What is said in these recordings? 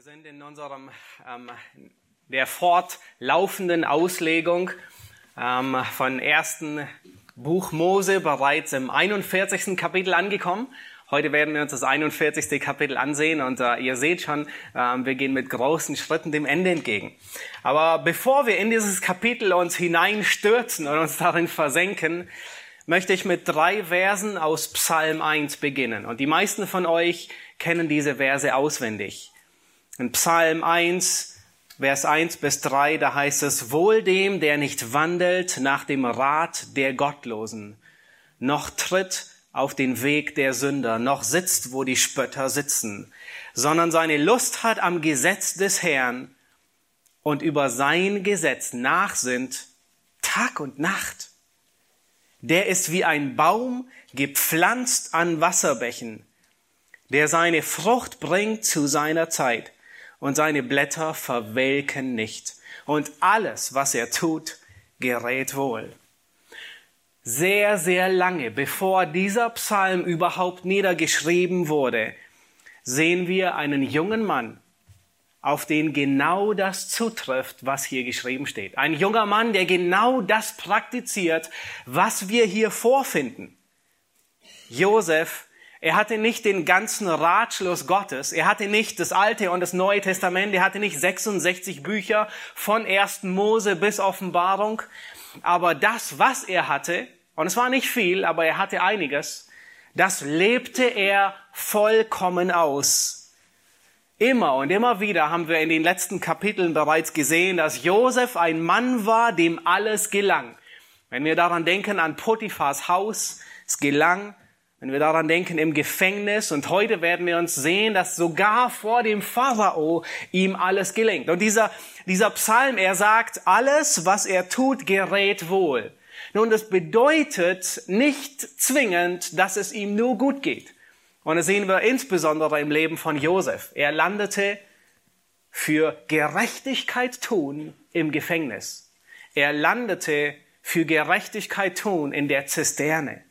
Wir sind in unserem der fortlaufenden Auslegung von 1. Buch Mose bereits im 41. Kapitel angekommen. Heute werden wir uns das 41. Kapitel ansehen und ihr seht schon, wir gehen mit großen Schritten dem Ende entgegen. Aber bevor wir in dieses Kapitel uns hineinstürzen und uns darin versenken, möchte ich mit 3 Versen aus Psalm 1 beginnen. Und die meisten von euch kennen diese Verse auswendig. In Psalm 1, Vers 1 bis 3, da heißt es: Wohl dem, der nicht wandelt nach dem Rat der Gottlosen, noch tritt auf den Weg der Sünder, noch sitzt, wo die Spötter sitzen, sondern seine Lust hat am Gesetz des Herrn und über sein Gesetz nachsinnt Tag und Nacht. Der ist wie ein Baum gepflanzt an Wasserbächen, der seine Frucht bringt zu seiner Zeit und seine Blätter verwelken nicht. Und alles, was er tut, gerät wohl. Sehr, sehr lange, bevor dieser Psalm überhaupt niedergeschrieben wurde, sehen wir einen jungen Mann, auf den genau das zutrifft, was hier geschrieben steht. Ein junger Mann, der genau das praktiziert, was wir hier vorfinden. Josef, er hatte nicht den ganzen Ratschluss Gottes, er hatte nicht das Alte und das Neue Testament, er hatte nicht 66 Bücher von 1. Mose bis Offenbarung, aber das, was er hatte, und es war nicht viel, aber er hatte einiges, das lebte er vollkommen aus. Immer und immer wieder haben wir in den letzten Kapiteln bereits gesehen, dass Josef ein Mann war, dem alles gelang. Wenn wir daran denken an Potiphars Haus, es gelang. Wenn wir daran denken im Gefängnis, und heute werden wir uns sehen, dass sogar vor dem Pharao ihm alles gelingt. Und dieser Psalm, er sagt, alles, was er tut, gerät wohl. Nun, das bedeutet nicht zwingend, dass es ihm nur gut geht. Und das sehen wir insbesondere im Leben von Josef. Er landete für Gerechtigkeit tun im Gefängnis. Er landete für Gerechtigkeit tun in der Zisterne.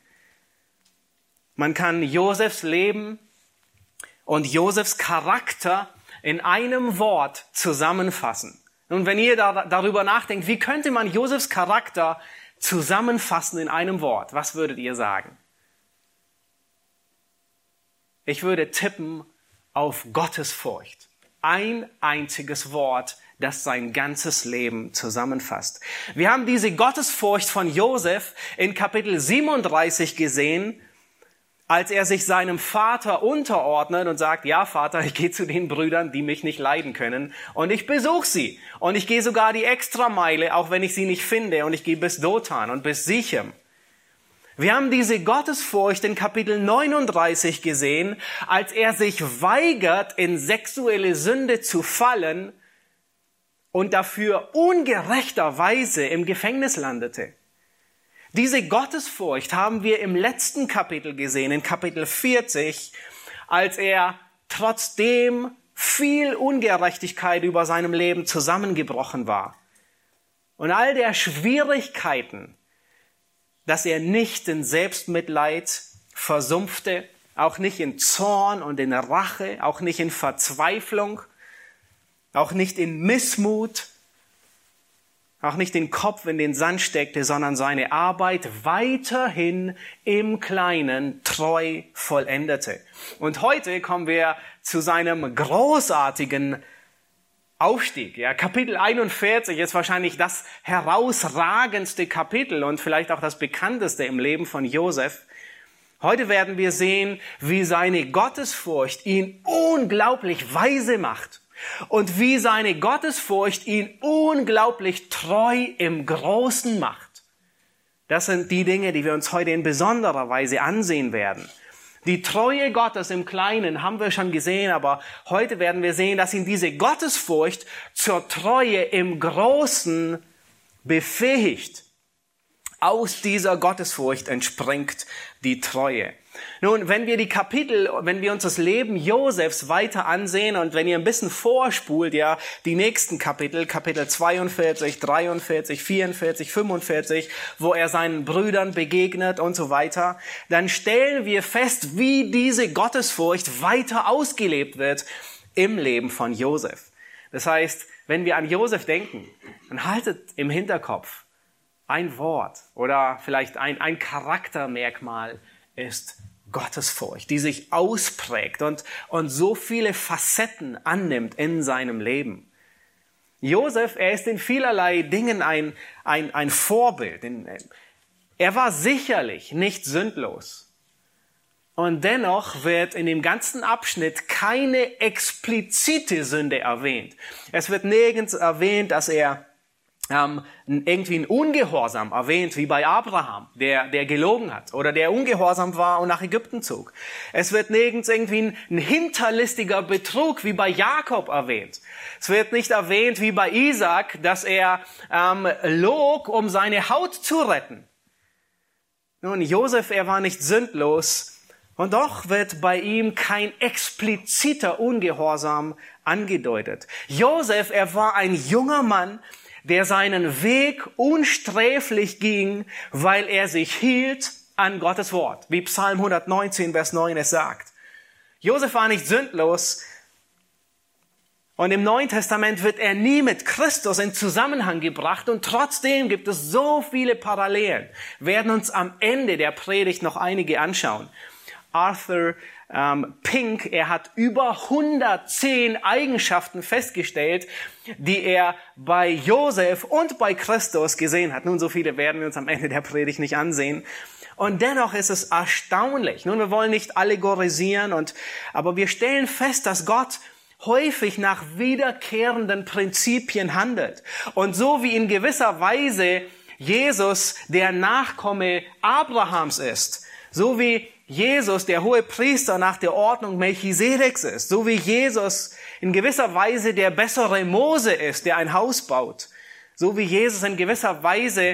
Man kann Josefs Leben und Josefs Charakter in einem Wort zusammenfassen. Und wenn ihr darüber nachdenkt, wie könnte man Josefs Charakter zusammenfassen in einem Wort, was würdet ihr sagen? Ich würde tippen auf Gottesfurcht. Ein einziges Wort, das sein ganzes Leben zusammenfasst. Wir haben diese Gottesfurcht von Josef in Kapitel 37 gesehen, als er sich seinem Vater unterordnet und sagt, ja Vater, ich gehe zu den Brüdern, die mich nicht leiden können, und ich besuche sie. Und ich gehe sogar die Extrameile, auch wenn ich sie nicht finde, und ich gehe bis Dothan und bis Sichem. Wir haben diese Gottesfurcht in Kapitel 39 gesehen, als er sich weigert, in sexuelle Sünde zu fallen und dafür ungerechterweise im Gefängnis landete. Diese Gottesfurcht haben wir im letzten Kapitel gesehen, in Kapitel 40, als er trotzdem viel Ungerechtigkeit über seinem Leben zusammengebrochen war. Und all der Schwierigkeiten, dass er nicht in Selbstmitleid versumpfte, auch nicht in Zorn und in Rache, auch nicht in Verzweiflung, auch nicht in Missmut, auch nicht den Kopf in den Sand steckte, sondern seine Arbeit weiterhin im Kleinen treu vollendete. Und heute kommen wir zu seinem großartigen Aufstieg. Ja, Kapitel 41 ist wahrscheinlich das herausragendste Kapitel und vielleicht auch das bekannteste im Leben von Josef. Heute werden wir sehen, wie seine Gottesfurcht ihn unglaublich weise macht. Und wie seine Gottesfurcht ihn unglaublich treu im Großen macht. Das sind die Dinge, die wir uns heute in besonderer Weise ansehen werden. Die Treue Gottes im Kleinen haben wir schon gesehen, aber heute werden wir sehen, dass ihn diese Gottesfurcht zur Treue im Großen befähigt. Aus dieser Gottesfurcht entspringt die Treue. Nun, wenn wir uns das Leben Josefs weiter ansehen und wenn ihr ein bisschen vorspult, ja, die nächsten Kapitel 42, 43, 44, 45, wo er seinen Brüdern begegnet und so weiter, dann stellen wir fest, wie diese Gottesfurcht weiter ausgelebt wird im Leben von Josef. Das heißt, wenn wir an Josef denken, dann haltet im Hinterkopf ein Wort oder vielleicht ein Charaktermerkmal ist Gottesfurcht, die sich ausprägt und so viele Facetten annimmt in seinem Leben. Josef, er ist in vielerlei Dingen ein Vorbild. Er war sicherlich nicht sündlos. Und dennoch wird in dem ganzen Abschnitt keine explizite Sünde erwähnt. Es wird nirgends erwähnt, dass er irgendwie ein Ungehorsam erwähnt, wie bei Abraham, der gelogen hat oder der ungehorsam war und nach Ägypten zog. Es wird nirgends irgendwie ein hinterlistiger Betrug, wie bei Jakob erwähnt. Es wird nicht erwähnt, wie bei Isaac, dass er log, um seine Haut zu retten. Nun, Josef, er war nicht sündlos und doch wird bei ihm kein expliziter Ungehorsam angedeutet. Josef, er war ein junger Mann, der seinen Weg unsträflich ging, weil er sich hielt an Gottes Wort, wie Psalm 119, Vers 9 es sagt. Josef war nicht sündlos und im Neuen Testament wird er nie mit Christus in Zusammenhang gebracht und trotzdem gibt es so viele Parallelen. Wir werden uns am Ende der Predigt noch einige anschauen. Arthur Pink, er hat über 110 Eigenschaften festgestellt, die er bei Josef und bei Christus gesehen hat. Nun, so viele werden wir uns am Ende der Predigt nicht ansehen. Und dennoch ist es erstaunlich. Nun, wir wollen nicht allegorisieren, aber wir stellen fest, dass Gott häufig nach wiederkehrenden Prinzipien handelt. Und so wie in gewisser Weise Jesus der Nachkomme Abrahams ist, so wie Jesus der hohe Priester nach der Ordnung Melchisedeks ist, so wie Jesus in gewisser Weise der bessere Mose ist, der ein Haus baut, so wie Jesus in gewisser Weise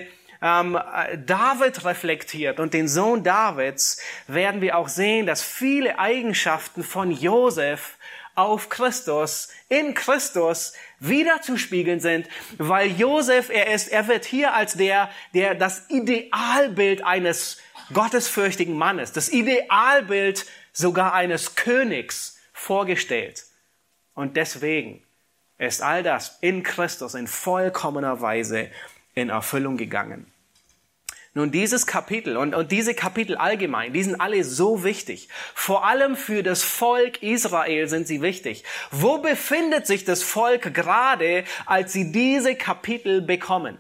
David reflektiert und den Sohn Davids, werden wir auch sehen, dass viele Eigenschaften von Josef auf Christus, in Christus wiederzuspiegeln sind, weil Josef, er wird hier als der das Idealbild eines gottesfürchtigen Mannes, das Idealbild sogar eines Königs vorgestellt. Und deswegen ist all das in Christus in vollkommener Weise in Erfüllung gegangen. Nun, dieses Kapitel und diese Kapitel allgemein, die sind alle so wichtig. Vor allem für das Volk Israel sind sie wichtig. Wo befindet sich das Volk gerade, als sie diese Kapitel bekommen?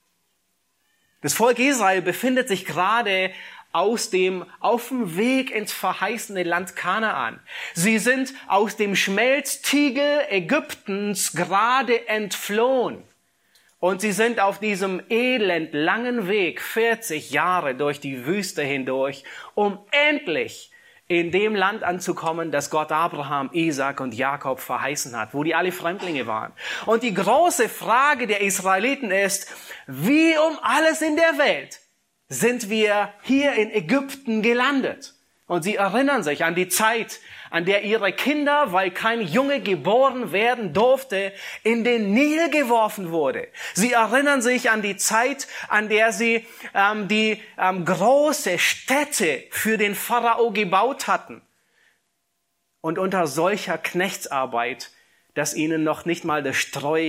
Das Volk Israel befindet sich gerade auf dem Weg ins verheißene Land Kanaan. Sie sind aus dem Schmelztiegel Ägyptens gerade entflohen. Und sie sind auf diesem elend langen Weg 40 Jahre durch die Wüste hindurch, um endlich in dem Land anzukommen, das Gott Abraham, Isaac und Jakob verheißen hat, wo die alle Fremdlinge waren. Und die große Frage der Israeliten ist, wie um alles in der Welt sind wir hier in Ägypten gelandet? Und sie erinnern sich an die Zeit, an der ihre Kinder, weil kein Junge geboren werden durfte, in den Nil geworfen wurde. Sie erinnern sich an die Zeit, an der sie die große Stätte für den Pharao gebaut hatten. Und unter solcher Knechtsarbeit, dass ihnen noch nicht mal das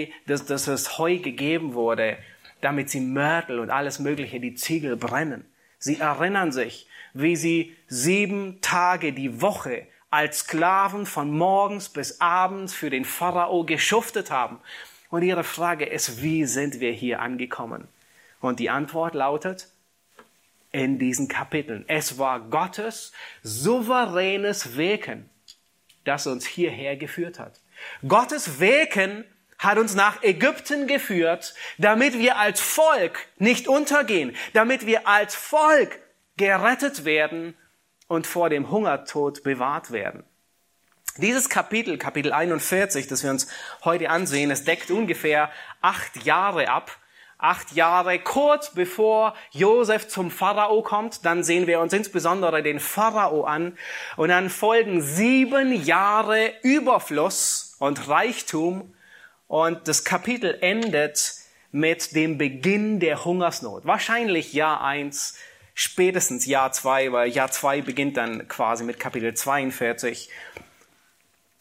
Heu gegeben wurde, damit sie Mörtel und alles Mögliche, die Ziegel brennen. Sie erinnern sich, wie sie 7 Tage die Woche als Sklaven von morgens bis abends für den Pharao geschuftet haben. Und ihre Frage ist, wie sind wir hier angekommen? Und die Antwort lautet, in diesen Kapiteln. Es war Gottes souveränes Wirken, das uns hierher geführt hat. Gottes Wirken hat uns nach Ägypten geführt, damit wir als Volk nicht untergehen, damit wir als Volk gerettet werden und vor dem Hungertod bewahrt werden. Dieses Kapitel 41, das wir uns heute ansehen, es deckt ungefähr 8 Jahre ab. 8 Jahre kurz bevor Josef zum Pharao kommt, dann sehen wir uns insbesondere den Pharao an und dann folgen 7 Jahre Überfluss und Reichtum und das Kapitel endet mit dem Beginn der Hungersnot. Wahrscheinlich Jahr 1, spätestens Jahr 2, weil Jahr 2 beginnt dann quasi mit Kapitel 42.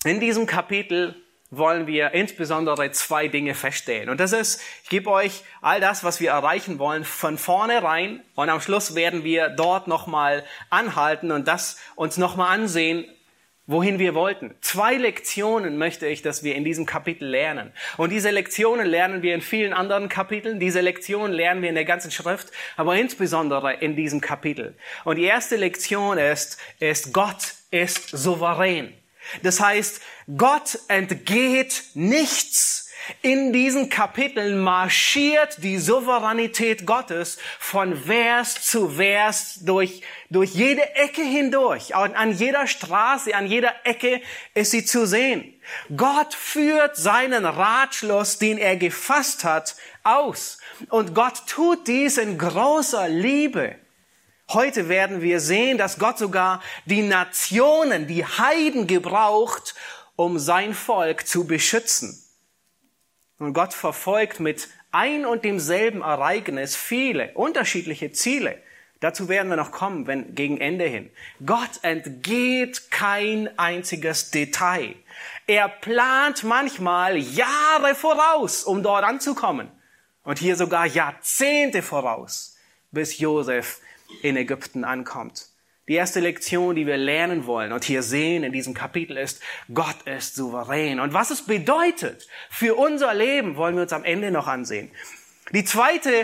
In diesem Kapitel wollen wir insbesondere 2 Dinge feststellen. Und das ist, ich gebe euch all das, was wir erreichen wollen, von vornherein. Und am Schluss werden wir dort nochmal anhalten und das uns nochmal ansehen, wohin wir wollten. 2 Lektionen möchte ich, dass wir in diesem Kapitel lernen. Und diese Lektionen lernen wir in vielen anderen Kapiteln. Diese Lektionen lernen wir in der ganzen Schrift, aber insbesondere in diesem Kapitel. Und die erste Lektion ist Gott ist souverän. Das heißt, Gott entgeht nichts. In diesen Kapiteln marschiert die Souveränität Gottes von Vers zu Vers durch jede Ecke hindurch. An jeder Straße, an jeder Ecke ist sie zu sehen. Gott führt seinen Ratschluss, den er gefasst hat, aus. Und Gott tut dies in großer Liebe. Heute werden wir sehen, dass Gott sogar die Nationen, die Heiden gebraucht, um sein Volk zu beschützen. Und Gott verfolgt mit ein und demselben Ereignis viele unterschiedliche Ziele. Dazu werden wir noch kommen, gegen Ende hin. Gott entgeht kein einziges Detail. Er plant manchmal Jahre voraus, um dort anzukommen. Und hier sogar Jahrzehnte voraus, bis Josef in Ägypten ankommt. Die erste Lektion, die wir lernen wollen und hier sehen in diesem Kapitel ist, Gott ist souverän. Und was es bedeutet für unser Leben, wollen wir uns am Ende noch ansehen. Die zweite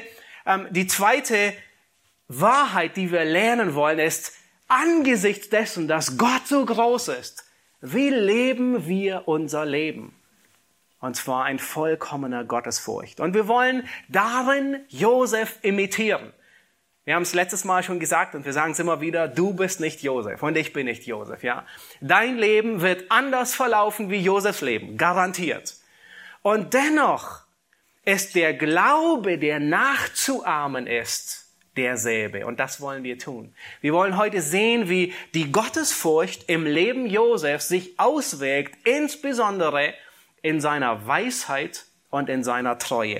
Wahrheit, die wir lernen wollen, ist, angesichts dessen, dass Gott so groß ist, wie leben wir unser Leben? Und zwar ein vollkommener Gottesfurcht. Und wir wollen darin Josef imitieren. Wir haben es letztes Mal schon gesagt und wir sagen es immer wieder, du bist nicht Josef und ich bin nicht Josef, ja. Dein Leben wird anders verlaufen wie Josefs Leben, garantiert. Und dennoch ist der Glaube, der nachzuahmen ist, derselbe. Und das wollen wir tun. Wir wollen heute sehen, wie die Gottesfurcht im Leben Josefs sich auswirkt, insbesondere in seiner Weisheit und in seiner Treue.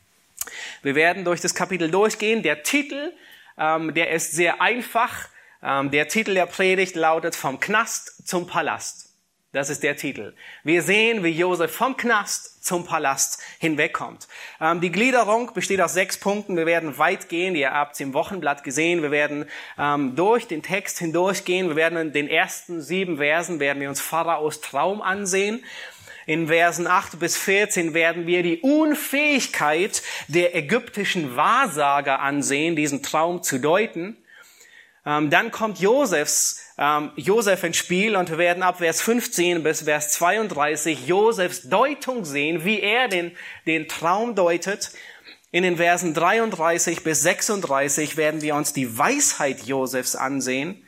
Wir werden durch das Kapitel durchgehen. Der Titel, der ist sehr einfach. Der Titel der Predigt lautet Vom Knast zum Palast. Das ist der Titel. Wir sehen, wie Josef vom Knast zum Palast hinwegkommt. Die Gliederung besteht aus 6 Punkten. Wir werden weit gehen. Ihr habt es im Wochenblatt gesehen. Wir werden durch den Text hindurchgehen. Wir werden in den ersten 7 Versen werden wir uns Pharaos Traum ansehen. In Versen 8 bis 14 werden wir die Unfähigkeit der ägyptischen Wahrsager ansehen, diesen Traum zu deuten. Dann kommt Josef ins Spiel und wir werden ab Vers 15 bis Vers 32 Josefs Deutung sehen, wie er den Traum deutet. In den Versen 33 bis 36 werden wir uns die Weisheit Josefs ansehen.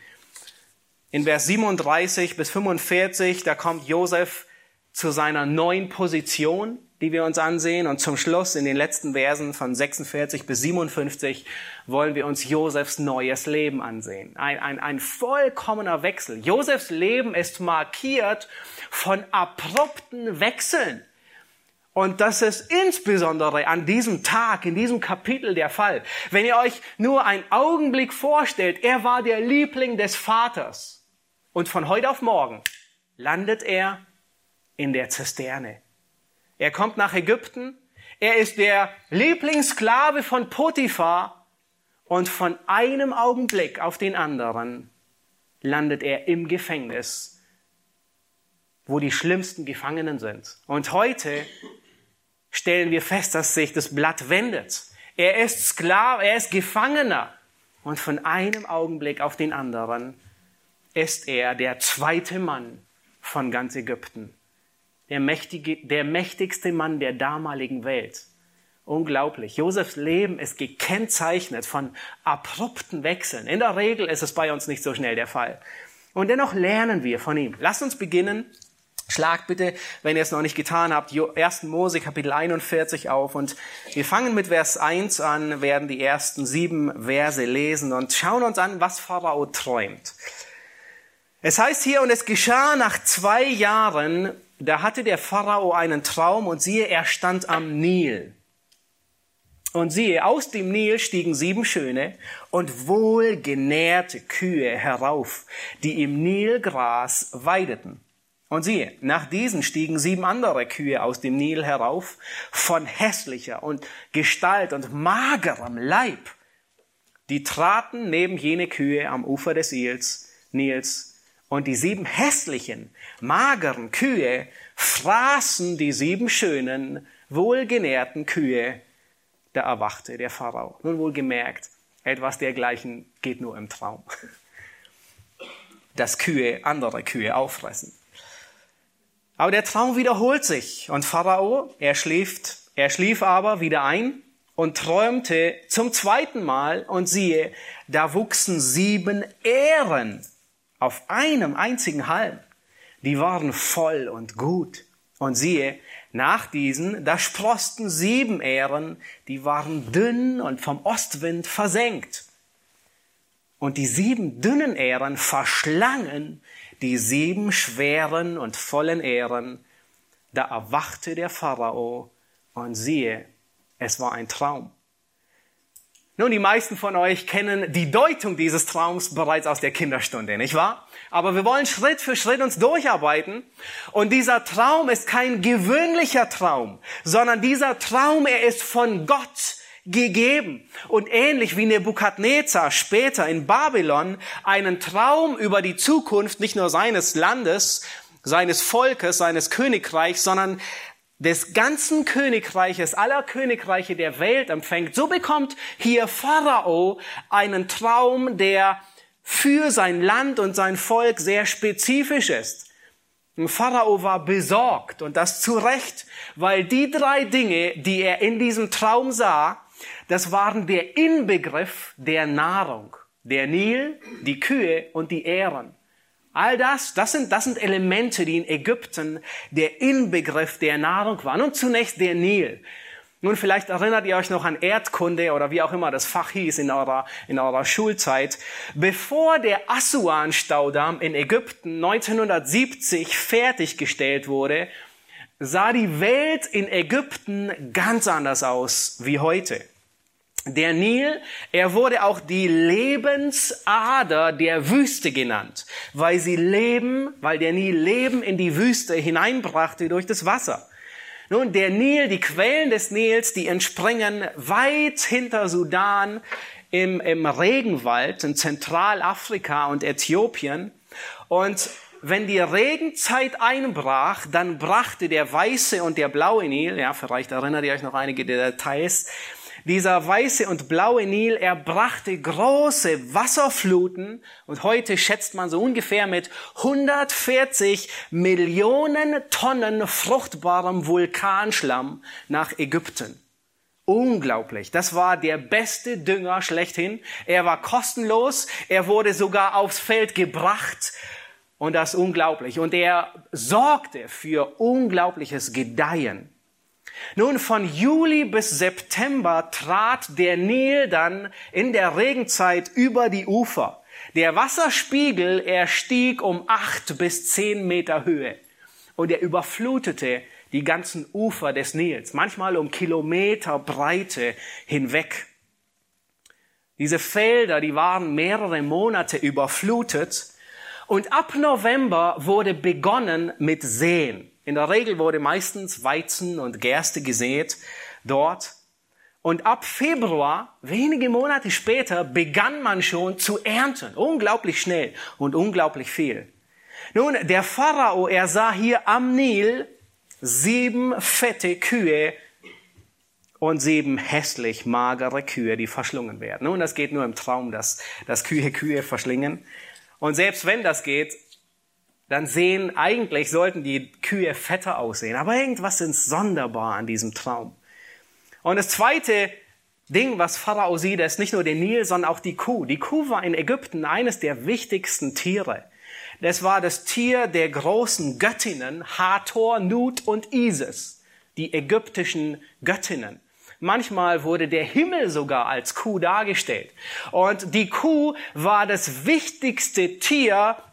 In Vers 37 bis 45, da kommt Josef zu seiner neuen Position, die wir uns ansehen. Und zum Schluss, in den letzten Versen von 46 bis 57, wollen wir uns Josefs neues Leben ansehen. Ein vollkommener Wechsel. Josefs Leben ist markiert von abrupten Wechseln. Und das ist insbesondere an diesem Tag, in diesem Kapitel der Fall. Wenn ihr euch nur einen Augenblick vorstellt, er war der Liebling des Vaters. Und von heute auf morgen landet er in der Zisterne. Er kommt nach Ägypten. Er ist der Lieblingssklave von Potiphar. Und von einem Augenblick auf den anderen landet er im Gefängnis, wo die schlimmsten Gefangenen sind. Und heute stellen wir fest, dass sich das Blatt wendet. Er ist Sklave, er ist Gefangener. Und von einem Augenblick auf den anderen ist er der zweite Mann von ganz Ägypten. Der mächtigste Mann der damaligen Welt. Unglaublich. Josefs Leben ist gekennzeichnet von abrupten Wechseln. In der Regel ist es bei uns nicht so schnell der Fall. Und dennoch lernen wir von ihm. Lasst uns beginnen. Schlagt bitte, wenn ihr es noch nicht getan habt, 1. Mose Kapitel 41 auf. Und wir fangen mit Vers 1 an, werden die ersten 7 Verse lesen und schauen uns an, was Pharao träumt. Es heißt hier, und es geschah nach 2 Jahren, da hatte der Pharao einen Traum und siehe, er stand am Nil. Und siehe, aus dem Nil stiegen 7 schöne und wohlgenährte Kühe herauf, die im Nilgras weideten. Und siehe, nach diesen stiegen 7 andere Kühe aus dem Nil herauf, von hässlicher und Gestalt und magerem Leib. Die traten neben jene Kühe am Ufer des Nils, und die 7 hässlichen, mageren Kühe fraßen die 7 schönen, wohlgenährten Kühe. Da erwachte der Pharao. Nun wohlgemerkt, etwas dergleichen geht nur im Traum. Dass Kühe andere Kühe auffressen. Aber der Traum wiederholt sich und Pharao, er schlief aber wieder ein und träumte zum 2. Mal und siehe, da wuchsen 7 Ähren auf einem einzigen Halm. Die waren voll und gut. Und siehe, nach diesen, da sproßten 7 Ähren, die waren dünn und vom Ostwind versenkt. Und die 7 dünnen Ähren verschlangen die 7 schweren und vollen Ähren. Da erwachte der Pharao und siehe, es war ein Traum. Nun, die meisten von euch kennen die Deutung dieses Traums bereits aus der Kinderstunde, nicht wahr? Aber wir wollen Schritt für Schritt uns durcharbeiten. Und dieser Traum ist kein gewöhnlicher Traum, sondern dieser Traum, er ist von Gott gegeben. Und ähnlich wie Nebukadnezar später in Babylon einen Traum über die Zukunft nicht nur seines Landes, seines Volkes, seines Königreichs, sondern des ganzen Königreiches, aller Königreiche der Welt empfängt, so bekommt hier Pharao einen Traum, der für sein Land und sein Volk sehr spezifisch ist. Und Pharao war besorgt und das zu Recht, weil die 3 Dinge, die er in diesem Traum sah, das waren der Inbegriff der Nahrung. Der Nil, die Kühe und die Ähren. All das sind Elemente, die in Ägypten der Inbegriff der Nahrung waren. Und zunächst der Nil. Nun, vielleicht erinnert ihr euch noch an Erdkunde oder wie auch immer das Fach hieß in eurer Schulzeit. Bevor der Assuan-Staudamm in Ägypten 1970 fertiggestellt wurde, sah die Welt in Ägypten ganz anders aus wie heute. Der Nil, er wurde auch die Lebensader der Wüste genannt, weil der Nil Leben in die Wüste hineinbrachte durch das Wasser. Nun, der Nil, die Quellen des Nils, die entspringen weit hinter Sudan im Regenwald in Zentralafrika und Äthiopien. Und wenn die Regenzeit einbrach, dann brachte der weiße und der blaue Nil, ja, vielleicht erinnert ihr euch noch einige der Details, dieser weiße und blaue Nil, er brachte große Wasserfluten und heute schätzt man so ungefähr mit 140 Millionen Tonnen fruchtbarem Vulkanschlamm nach Ägypten. Unglaublich. Das war der beste Dünger schlechthin. Er war kostenlos. Er wurde sogar aufs Feld gebracht. Und das ist unglaublich. Und er sorgte für unglaubliches Gedeihen. Nun, von Juli bis September trat der Nil dann in der Regenzeit über die Ufer. Der Wasserspiegel, er stieg um 8 bis 10 Meter Höhe. Und er überflutete die ganzen Ufer des Nils, manchmal um Kilometer Breite hinweg. Diese Felder, die waren mehrere Monate überflutet. Und ab November wurde begonnen mit Säen. In der Regel wurde meistens Weizen und Gerste gesät dort. Und ab Februar, wenige Monate später, begann man schon zu ernten. Unglaublich schnell und unglaublich viel. Nun, der Pharao, er sah hier am Nil 7 fette Kühe und 7 hässlich magere Kühe, die verschlungen werden. Nun, das geht nur im Traum, dass Kühe verschlingen. Und selbst wenn das geht, dann sollten die Kühe fetter aussehen. Aber irgendwas ist sonderbar an diesem Traum. Und das zweite Ding, was Pharao sieht, ist nicht nur der Nil, sondern auch die Kuh. Die Kuh war in Ägypten eines der wichtigsten Tiere. Das war das Tier der großen Göttinnen, Hathor, Nut und Isis, die ägyptischen Göttinnen. Manchmal wurde der Himmel sogar als Kuh dargestellt. Und die Kuh war das wichtigste Tier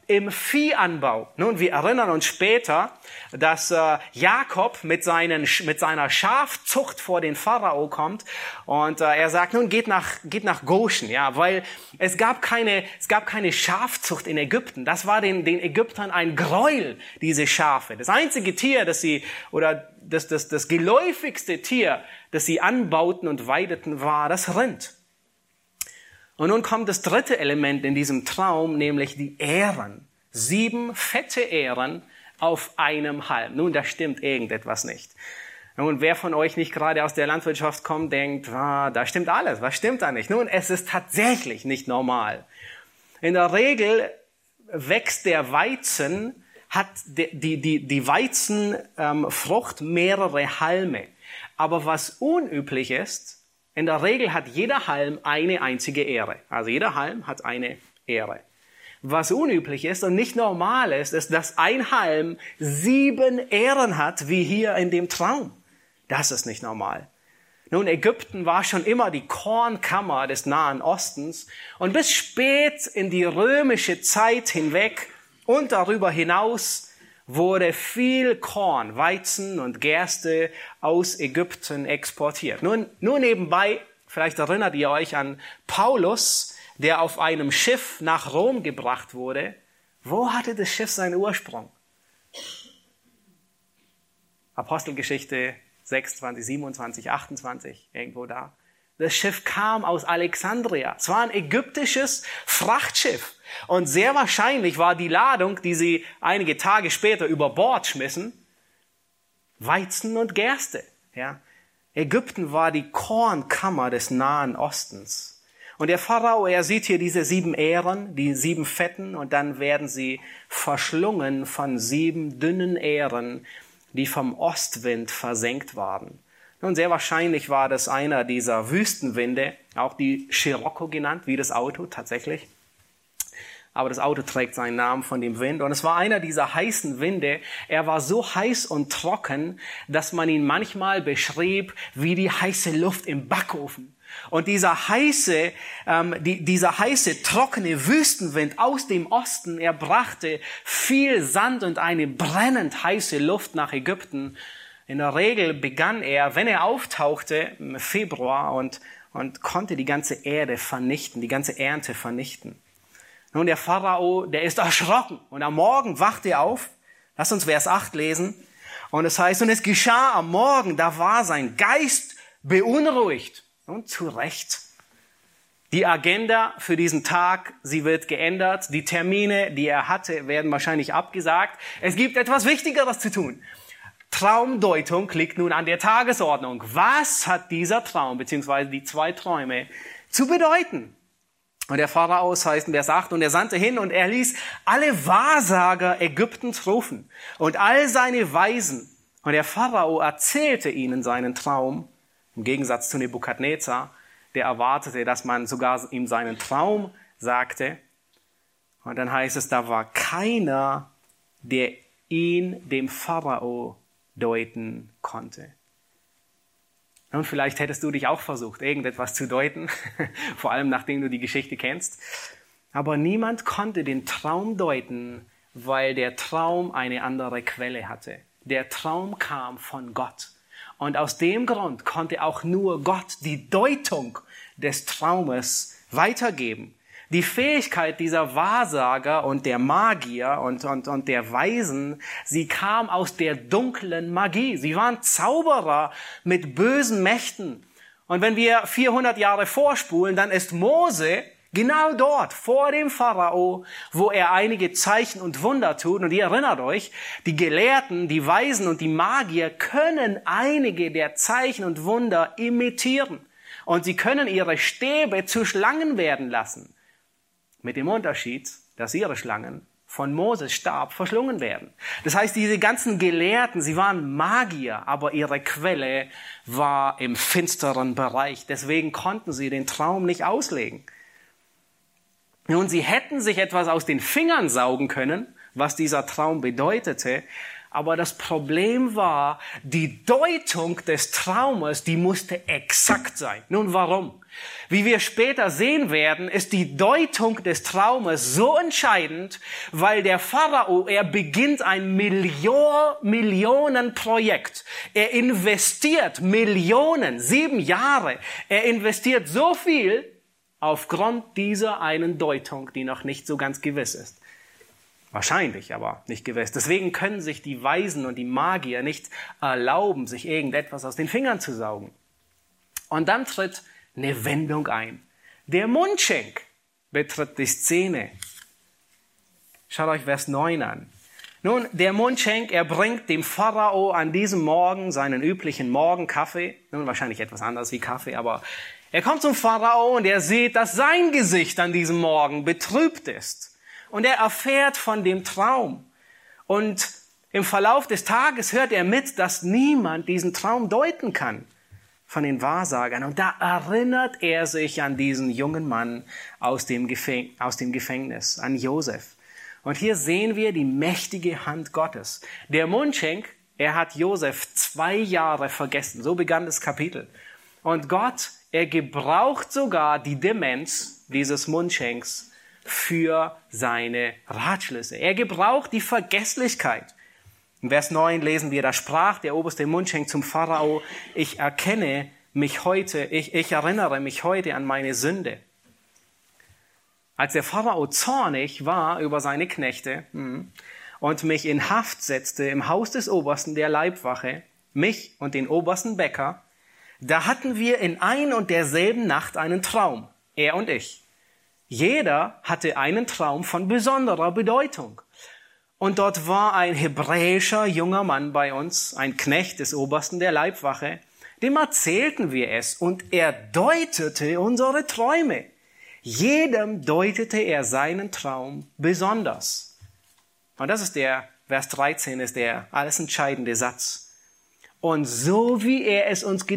im Viehanbau. Nun, wir erinnern uns später, dass Jakob mit seiner Schafzucht vor den Pharao kommt und er sagt, nun geht nach Goshen, ja, weil es gab keine Schafzucht in Ägypten. Das war den Ägyptern ein Gräuel, diese Schafe. Das einzige Tier, das geläufigste Tier, das sie anbauten und weideten, war das Rind. Und nun kommt das dritte Element in diesem Traum, nämlich die Ähren. 7 fette Ähren auf einem Halm. Nun, da stimmt irgendetwas nicht. Nun, wer von euch nicht gerade aus der Landwirtschaft kommt, denkt, da stimmt alles. Was stimmt da nicht? Nun, es ist tatsächlich nicht normal. In der Regel wächst der Weizen, hat die Weizenfrucht mehrere Halme. Aber was unüblich ist, in der Regel hat jeder Halm eine einzige Ähre. Also jeder Halm hat eine Ähre. Was unüblich ist und nicht normal ist, dass ein Halm 7 Ähren hat, wie hier in dem Traum. Das ist nicht normal. Nun, Ägypten war schon immer die Kornkammer des Nahen Ostens und bis spät in die römische Zeit hinweg und darüber hinaus wurde viel Korn, Weizen und Gerste aus Ägypten exportiert. Nur nebenbei, vielleicht erinnert ihr euch an Paulus, der auf einem Schiff nach Rom gebracht wurde. Wo hatte das Schiff seinen Ursprung? Apostelgeschichte 26, 27, 28, irgendwo da. Das Schiff kam aus Alexandria. Es war ein ägyptisches Frachtschiff. Und sehr wahrscheinlich war die Ladung, die sie einige Tage später über Bord schmissen, Weizen und Gerste. Ja. Ägypten war die Kornkammer des Nahen Ostens. Und der Pharao, er sieht hier diese 7 Ähren, die 7 fetten, und dann werden sie verschlungen von 7 dünnen Ähren, die vom Ostwind versenkt waren. Nun, sehr wahrscheinlich war das einer dieser Wüstenwinde, auch die Scirocco genannt, wie das Auto tatsächlich. Aber das Auto trägt seinen Namen von dem Wind. Und es war einer dieser heißen Winde. Er war so heiß und trocken, dass man ihn manchmal beschrieb wie die heiße Luft im Backofen. Und dieser heiße, trockene Wüstenwind aus dem Osten, er brachte viel Sand und eine brennend heiße Luft nach Ägypten. In der Regel begann er, wenn er auftauchte im Februar und konnte die ganze Erde vernichten, die ganze Ernte vernichten. Nun, der Pharao, der ist erschrocken und am Morgen wacht er auf. Lass uns Vers 8 lesen. Und es heißt, und es geschah am Morgen, da war sein Geist beunruhigt. Und zu Recht. Die Agenda für diesen Tag, sie wird geändert. Die Termine, die er hatte, werden wahrscheinlich abgesagt. Es gibt etwas Wichtigeres zu tun. Traumdeutung liegt nun an der Tagesordnung. Was hat dieser Traum, beziehungsweise die 2 Träume, zu bedeuten? Und der Pharao, es heißt in Vers 8, und er sandte hin und er ließ alle Wahrsager Ägyptens rufen und all seine Weisen. Und der Pharao erzählte ihnen seinen Traum, im Gegensatz zu Nebukadnezar, der erwartete, dass man sogar ihm seinen Traum sagte. Und dann heißt es, da war keiner, der ihn dem Pharao deuten konnte. Und vielleicht hättest du dich auch versucht, irgendetwas zu deuten, vor allem nachdem du die Geschichte kennst. Aber niemand konnte den Traum deuten, weil der Traum eine andere Quelle hatte. Der Traum kam von Gott. Und aus dem Grund konnte auch nur Gott die Deutung des Traumes weitergeben. Die Fähigkeit dieser Wahrsager und der Magier und der Weisen, sie kam aus der dunklen Magie. Sie waren Zauberer mit bösen Mächten. Und wenn wir 400 Jahre vorspulen, dann ist Mose genau dort, vor dem Pharao, wo er einige Zeichen und Wunder tut. Und ihr erinnert euch, die Gelehrten, die Weisen und die Magier können einige der Zeichen und Wunder imitieren. Und sie können ihre Stäbe zu Schlangen werden lassen. Mit dem Unterschied, dass ihre Schlangen von Moses Stab verschlungen werden. Das heißt, diese ganzen Gelehrten, sie waren Magier, aber ihre Quelle war im finsteren Bereich. Deswegen konnten sie den Traum nicht auslegen. Nun, sie hätten sich etwas aus den Fingern saugen können, was dieser Traum bedeutete, Aber das Problem war, die Deutung des Traumes, die musste exakt sein. Nun, warum? Wie wir später sehen werden, ist die Deutung des Traumes so entscheidend, weil der Pharao, er beginnt ein Millionenprojekt. Er investiert Millionen, 7 Jahre. Er investiert so viel aufgrund dieser einen Deutung, die noch nicht so ganz gewiss ist. Wahrscheinlich, aber nicht gewiss. Deswegen können sich die Weisen und die Magier nicht erlauben, sich irgendetwas aus den Fingern zu saugen. Und dann tritt eine Wendung ein. Der Mundschenk betritt die Szene. Schaut euch Vers 9 an. Nun, der Mundschenk, er bringt dem Pharao an diesem Morgen seinen üblichen Morgenkaffee. Nun, wahrscheinlich etwas anderes wie Kaffee, aber er kommt zum Pharao und er sieht, dass sein Gesicht an diesem Morgen betrübt ist. Und er erfährt von dem Traum. Und im Verlauf des Tages hört er mit, dass niemand diesen Traum deuten kann von den Wahrsagern. Und da erinnert er sich an diesen jungen Mann aus dem Gefängnis, an Josef. Und hier sehen wir die mächtige Hand Gottes. Der Mundschenk, er hat Josef 2 Jahre vergessen. So begann das Kapitel. Und Gott, er gebraucht sogar die Demenz dieses Mundschenks für seine Ratschlüsse. Er gebraucht die Vergesslichkeit. In Vers 9 lesen wir, da sprach der oberste Mundschenk zum Pharao, ich erinnere mich heute an meine Sünde. Als der Pharao zornig war über seine Knechte und mich in Haft setzte im Haus des Obersten der Leibwache, mich und den obersten Bäcker, da hatten wir in ein und derselben Nacht einen Traum, er und ich. Jeder hatte einen Traum von besonderer Bedeutung. Und dort war ein hebräischer junger Mann bei uns, ein Knecht des Obersten der Leibwache, dem erzählten wir es und er deutete unsere Träume. Jedem deutete er seinen Traum besonders. Und das ist Vers 13 ist der alles entscheidende Satz. Und so wie er es uns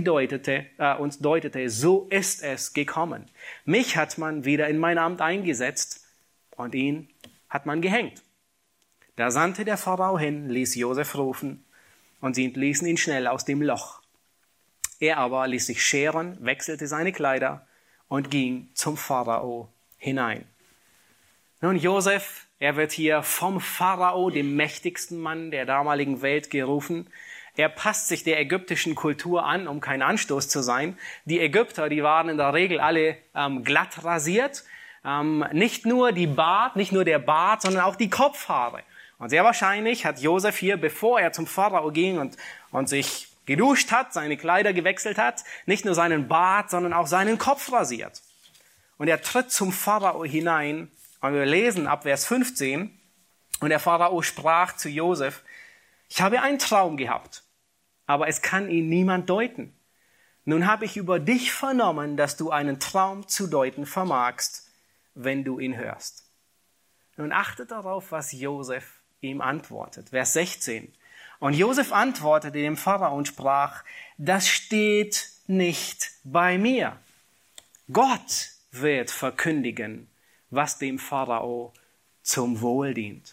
deutete, so ist es gekommen. Mich hat man wieder in mein Amt eingesetzt und ihn hat man gehängt. Da sandte der Pharao hin, ließ Josef rufen und sie entließen ihn schnell aus dem Loch. Er aber ließ sich scheren, wechselte seine Kleider und ging zum Pharao hinein. Nun, Josef, er wird hier vom Pharao, dem mächtigsten Mann der damaligen Welt, gerufen. Er passt sich der ägyptischen Kultur an, um kein Anstoß zu sein. Die Ägypter, die waren in der Regel alle glatt rasiert. Nicht nur der Bart, sondern auch die Kopfhaare. Und sehr wahrscheinlich hat Josef hier, bevor er zum Pharao ging und sich geduscht hat, seine Kleider gewechselt hat, nicht nur seinen Bart, sondern auch seinen Kopf rasiert. Und er tritt zum Pharao hinein. Und wir lesen ab Vers 15. Und der Pharao sprach zu Josef, ich habe einen Traum gehabt, aber es kann ihn niemand deuten. Nun habe ich über dich vernommen, dass du einen Traum zu deuten vermagst, wenn du ihn hörst. Nun achtet darauf, was Josef ihm antwortet. Vers 16. Und Josef antwortete dem Pharao und sprach, das steht nicht bei mir. Gott wird verkündigen, was dem Pharao zum Wohl dient.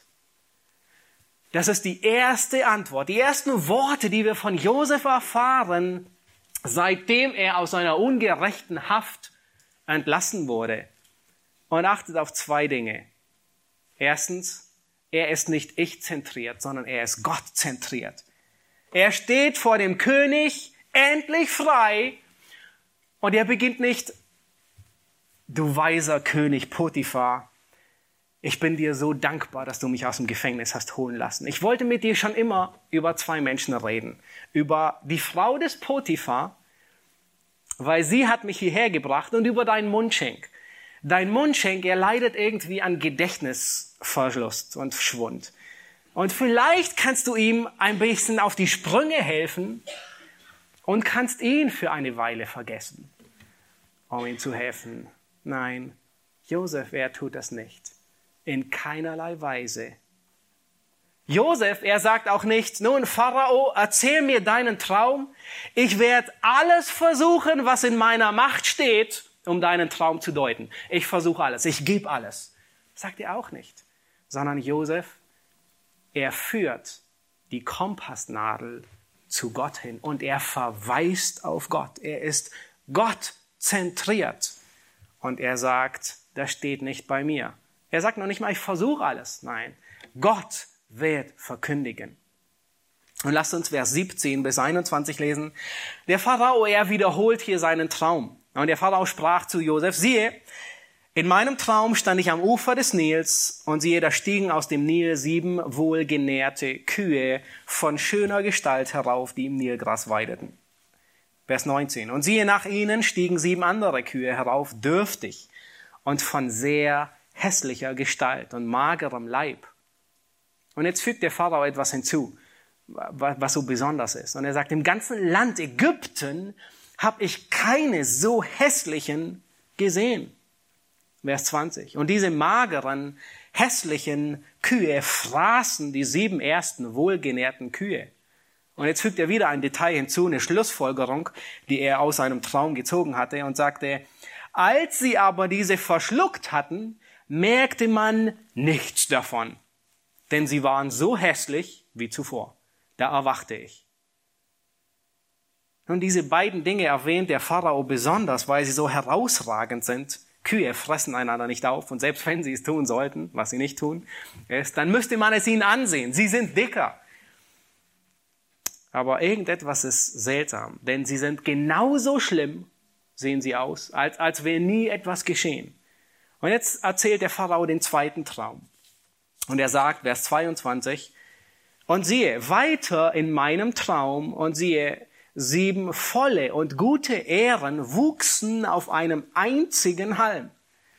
Das ist die erste Antwort, die ersten Worte, die wir von Josef erfahren, seitdem er aus seiner ungerechten Haft entlassen wurde. Und achtet auf 2 Dinge. Erstens, er ist nicht ich-zentriert, sondern er ist Gott-zentriert. Er steht vor dem König, endlich frei, und er beginnt nicht, du weiser König Potiphar, ich bin dir so dankbar, dass du mich aus dem Gefängnis hast holen lassen. Ich wollte mit dir schon immer über 2 Menschen reden. Über die Frau des Potiphar, weil sie hat mich hierher gebracht, und über deinen Mundschenk. Dein Mundschenk, er leidet irgendwie an Gedächtnisverlust und Schwund. Und vielleicht kannst du ihm ein bisschen auf die Sprünge helfen und kannst ihn für eine Weile vergessen, um ihm zu helfen. Nein, Josef, er tut das nicht. In keinerlei Weise. Josef, er sagt auch nicht, nun Pharao, erzähl mir deinen Traum. Ich werde alles versuchen, was in meiner Macht steht, um deinen Traum zu deuten. Ich versuche alles, ich gebe alles. Sagt er auch nicht. Sondern Josef, er führt die Kompassnadel zu Gott hin und er verweist auf Gott. Er ist Gott zentriert und er sagt, das steht nicht bei mir. Er sagt noch nicht mal, ich versuche alles. Nein, Gott wird verkündigen. Und lasst uns Vers 17 bis 21 lesen. Der Pharao, er wiederholt hier seinen Traum. Und der Pharao sprach zu Josef, siehe, in meinem Traum stand ich am Ufer des Nils und siehe, da stiegen aus dem Nil 7 wohlgenährte Kühe von schöner Gestalt herauf, die im Nilgras weideten. Vers 19. Und siehe, nach ihnen stiegen 7 andere Kühe herauf, dürftig und von sehr hässlicher Gestalt und magerem Leib. Und jetzt fügt der Pharao etwas hinzu, was so besonders ist. Und er sagt, im ganzen Land Ägypten habe ich keine so hässlichen gesehen. Vers 20. Und diese mageren, hässlichen Kühe fraßen die 7 ersten wohlgenährten Kühe. Und jetzt fügt er wieder ein Detail hinzu, eine Schlussfolgerung, die er aus seinem Traum gezogen hatte und sagte, als sie aber diese verschluckt hatten, merkte man nichts davon, denn sie waren so hässlich wie zuvor. Da erwachte ich. Nun, diese beiden Dinge erwähnt der Pharao besonders, weil sie so herausragend sind. Kühe fressen einander nicht auf und selbst wenn sie es tun sollten, was sie nicht tun, dann müsste man es ihnen ansehen. Sie sind dicker. Aber irgendetwas ist seltsam, denn sie sind genauso schlimm, sehen sie aus, als wäre nie etwas geschehen. Und jetzt erzählt der Pharao den zweiten Traum. Und er sagt, Vers 22, und siehe, weiter in meinem Traum, und siehe, 7 volle und gute Ähren wuchsen auf einem einzigen Halm.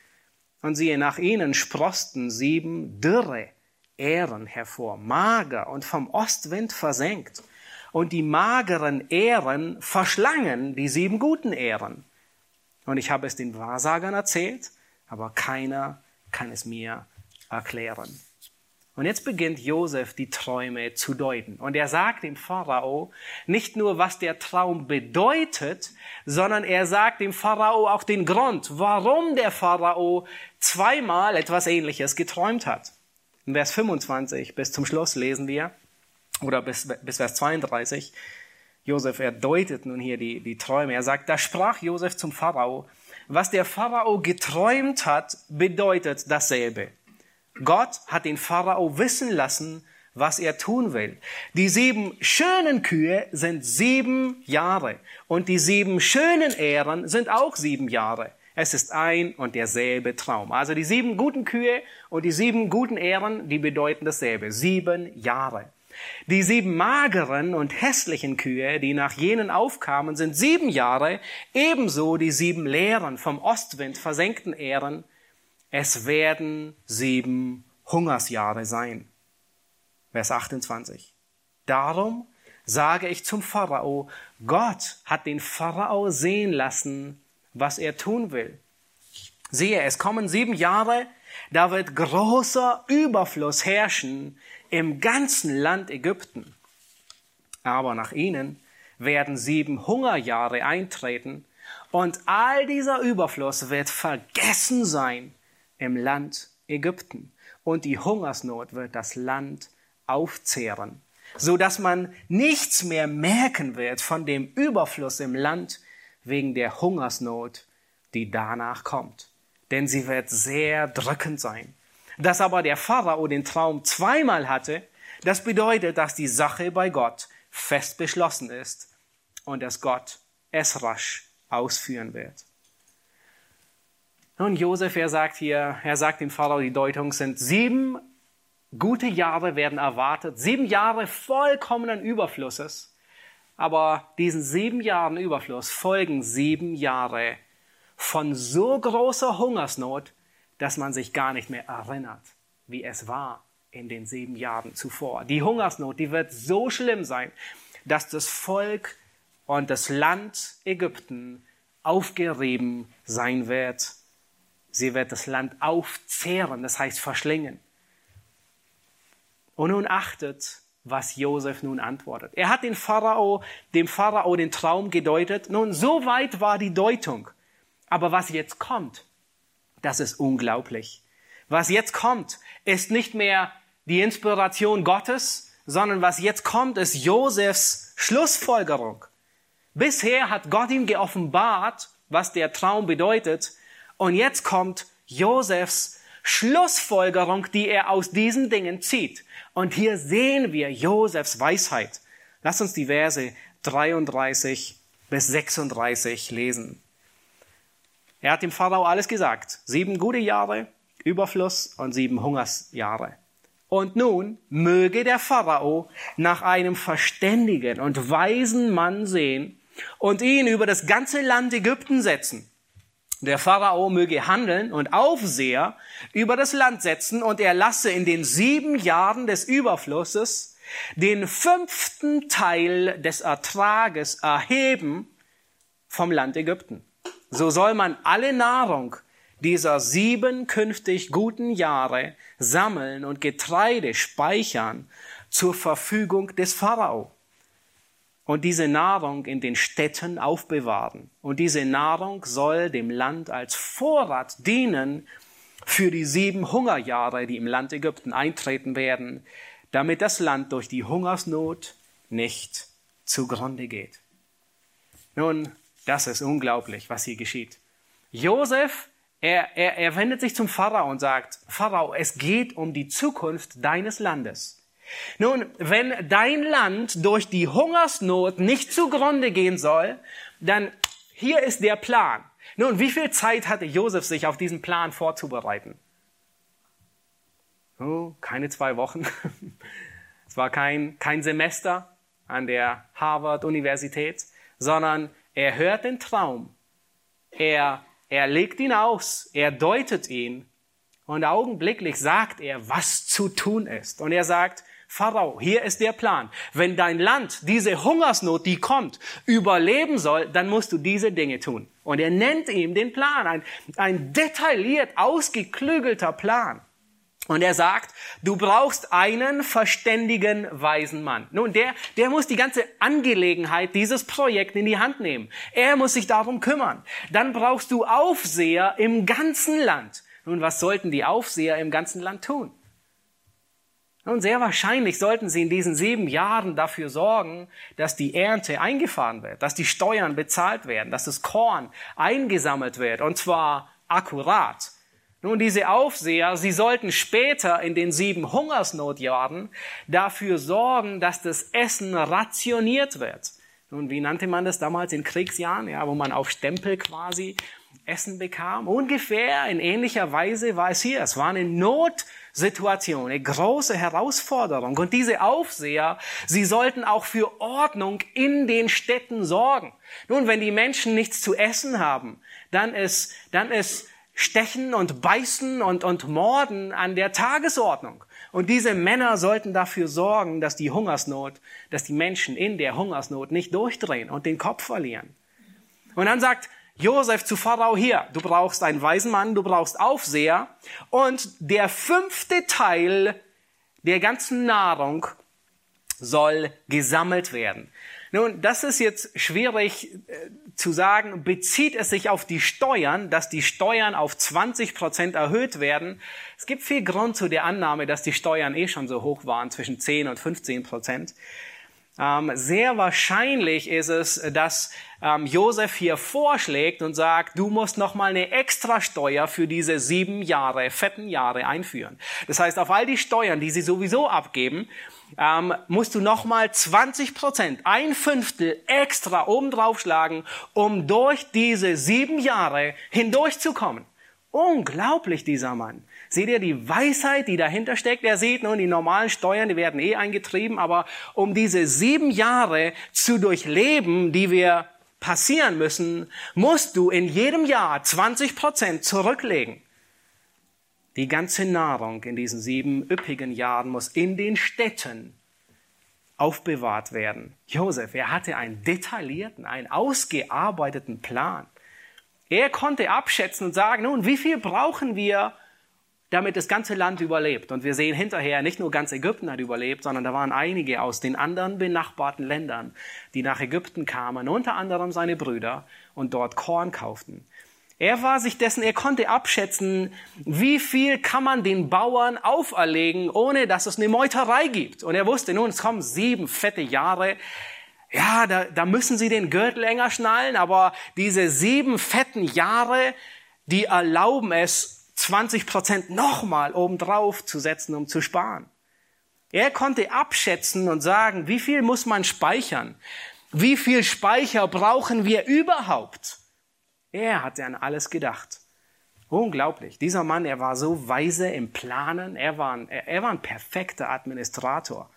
Und siehe, nach ihnen sproßten 7 dürre Ähren hervor, mager und vom Ostwind versenkt. Und die mageren Ähren verschlangen die 7 guten Ähren. Und ich habe es den Wahrsagern erzählt, aber keiner kann es mir erklären. Und jetzt beginnt Josef die Träume zu deuten. Und er sagt dem Pharao nicht nur, was der Traum bedeutet, sondern er sagt dem Pharao auch den Grund, warum der Pharao zweimal etwas Ähnliches geträumt hat. In Vers 25 bis zum Schluss lesen wir, oder bis Vers 32, Josef, er deutet nun hier die Träume. Er sagt, da sprach Josef zum Pharao, was der Pharao geträumt hat, bedeutet dasselbe. Gott hat den Pharao wissen lassen, was er tun will. Die 7 schönen Kühe sind 7 Jahre und die 7 schönen Ähren sind auch 7 Jahre. Es ist ein und derselbe Traum. Also die 7 guten Kühe und die 7 guten Ähren, die bedeuten dasselbe. 7 Jahre. Die 7 mageren und hässlichen Kühe, die nach jenen aufkamen, sind 7 Jahre. Ebenso die 7 leeren, vom Ostwind versenkten Ähren. Es werden 7 Hungersjahre sein. Vers 28. Darum sage ich zum Pharao, Gott hat den Pharao sehen lassen, was er tun will. Siehe, es kommen 7 Jahre, da wird großer Überfluss herrschen im ganzen Land Ägypten. Aber nach ihnen werden 7 Hungerjahre eintreten und all dieser Überfluss wird vergessen sein im Land Ägypten. Und die Hungersnot wird das Land aufzehren, so dass man nichts mehr merken wird von dem Überfluss im Land wegen der Hungersnot, die danach kommt. Denn sie wird sehr drückend sein. Dass aber der Pharao den Traum zweimal hatte, das bedeutet, dass die Sache bei Gott fest beschlossen ist und dass Gott es rasch ausführen wird. Nun, Josef, er sagt dem Pharao, die Deutung sind 7 gute Jahre werden erwartet, 7 Jahre vollkommenen Überflusses. Aber diesen 7 Jahren Überfluss folgen 7 Jahre von so großer Hungersnot, dass man sich gar nicht mehr erinnert, wie es war in den 7 Jahren zuvor. Die Hungersnot, die wird so schlimm sein, dass das Volk und das Land Ägypten aufgerieben sein wird. Sie wird das Land aufzehren, das heißt verschlingen. Und nun achtet, was Josef nun antwortet. Er hat dem Pharao den Traum gedeutet. Nun, so weit war die Deutung. Aber was jetzt kommt, das ist unglaublich. Was jetzt kommt, ist nicht mehr die Inspiration Gottes, sondern was jetzt kommt, ist Josefs Schlussfolgerung. Bisher hat Gott ihm geoffenbart, was der Traum bedeutet. Und jetzt kommt Josefs Schlussfolgerung, die er aus diesen Dingen zieht. Und hier sehen wir Josefs Weisheit. Lass uns die Verse 33 bis 36 lesen. Er hat dem Pharao alles gesagt. 7 gute Jahre, Überfluss und 7 Hungersjahre. Und nun möge der Pharao nach einem verständigen und weisen Mann sehen und ihn über das ganze Land Ägypten setzen. Der Pharao möge handeln und Aufseher über das Land setzen und er lasse in den 7 Jahren des Überflusses den 5. Teil des Ertrages erheben vom Land Ägypten. So soll man alle Nahrung dieser 7 künftig guten Jahre sammeln und Getreide speichern zur Verfügung des Pharao. Und diese Nahrung in den Städten aufbewahren. Und diese Nahrung soll dem Land als Vorrat dienen für die 7 Hungerjahre, die im Land Ägypten eintreten werden, damit das Land durch die Hungersnot nicht zugrunde geht. Nun, das ist unglaublich, was hier geschieht. Josef, er wendet sich zum Pharao und sagt, Pharao, es geht um die Zukunft deines Landes. Nun, wenn dein Land durch die Hungersnot nicht zugrunde gehen soll, dann hier ist der Plan. Nun, wie viel Zeit hatte Josef, sich auf diesen Plan vorzubereiten? Oh, keine 2 Wochen. Es war kein Semester an der Harvard-Universität, sondern er hört den Traum. Er legt ihn aus, er deutet ihn und augenblicklich sagt er, was zu tun ist. Und er sagt, Pharao, hier ist der Plan. Wenn dein Land diese Hungersnot, die kommt, überleben soll, dann musst du diese Dinge tun. Und er nennt ihm den Plan, ein detailliert ausgeklügelter Plan. Und er sagt, du brauchst einen verständigen, weisen Mann. Nun, der muss die ganze Angelegenheit dieses Projekts in die Hand nehmen. Er muss sich darum kümmern. Dann brauchst du Aufseher im ganzen Land. Nun, was sollten die Aufseher im ganzen Land tun? Nun, sehr wahrscheinlich sollten sie in diesen 7 Jahren dafür sorgen, dass die Ernte eingefahren wird, dass die Steuern bezahlt werden, dass das Korn eingesammelt wird, und zwar akkurat. Nun, diese Aufseher, sie sollten später in den 7 Hungersnotjahren dafür sorgen, dass das Essen rationiert wird. Nun, wie nannte man das damals in Kriegsjahren, ja, wo man auf Stempel quasi Essen bekam? Ungefähr in ähnlicher Weise war es hier. Es war eine Notsituation, eine große Herausforderung. Und diese Aufseher, sie sollten auch für Ordnung in den Städten sorgen. Nun, wenn die Menschen nichts zu essen haben, dann ist Stechen und Beißen und Morden an der Tagesordnung. Und diese Männer sollten dafür sorgen, dass die Menschen in der Hungersnot nicht durchdrehen und den Kopf verlieren. Und dann sagt Josef zu Pharao, hier, du brauchst einen weisen Mann, du brauchst Aufseher, und der 5. Teil der ganzen Nahrung soll gesammelt werden. Nun, das ist jetzt schwierig zu sagen. Bezieht es sich auf die Steuern, dass die Steuern auf 20% erhöht werden? Es gibt viel Grund zu der Annahme, dass die Steuern schon so hoch waren, zwischen 10 und 15%. Sehr wahrscheinlich ist es, dass Josef hier vorschlägt und sagt, du musst nochmal eine Extrasteuer für diese 7 Jahre, fetten Jahre einführen. Das heißt, auf all die Steuern, die sie sowieso abgeben, musst du nochmal 20%, 1/5 extra obendrauf schlagen, um durch diese 7 Jahre hindurchzukommen. Unglaublich, dieser Mann. Seht ihr die Weisheit, die dahinter steckt? Er sieht nun, die normalen Steuern, die werden eingetrieben, aber um diese 7 Jahre zu durchleben, die wir passieren müssen, musst du in jedem Jahr 20% zurücklegen. Die ganze Nahrung in diesen 7 üppigen Jahren muss in den Städten aufbewahrt werden. Josef, er hatte einen detaillierten, einen ausgearbeiteten Plan. Er konnte abschätzen und sagen, nun, wie viel brauchen wir, damit das ganze Land überlebt? Und wir sehen hinterher, nicht nur ganz Ägypten hat überlebt, sondern da waren einige aus den anderen benachbarten Ländern, die nach Ägypten kamen, unter anderem seine Brüder, und dort Korn kauften. Er war sich dessen, er konnte abschätzen, wie viel kann man den Bauern auferlegen, ohne dass es eine Meuterei gibt. Und er wusste, nun, es kommen 7 fette Jahre. Ja, da müssen sie den Gürtel enger schnallen, aber diese 7 fetten Jahre, die erlauben es, 20% nochmal obendrauf zu setzen, um zu sparen. Er konnte abschätzen und sagen, wie viel muss man speichern? Wie viel Speicher brauchen wir überhaupt? Er hatte an alles gedacht. Unglaublich. Dieser Mann, er war so weise im Planen. Er war ein perfekter Administrator.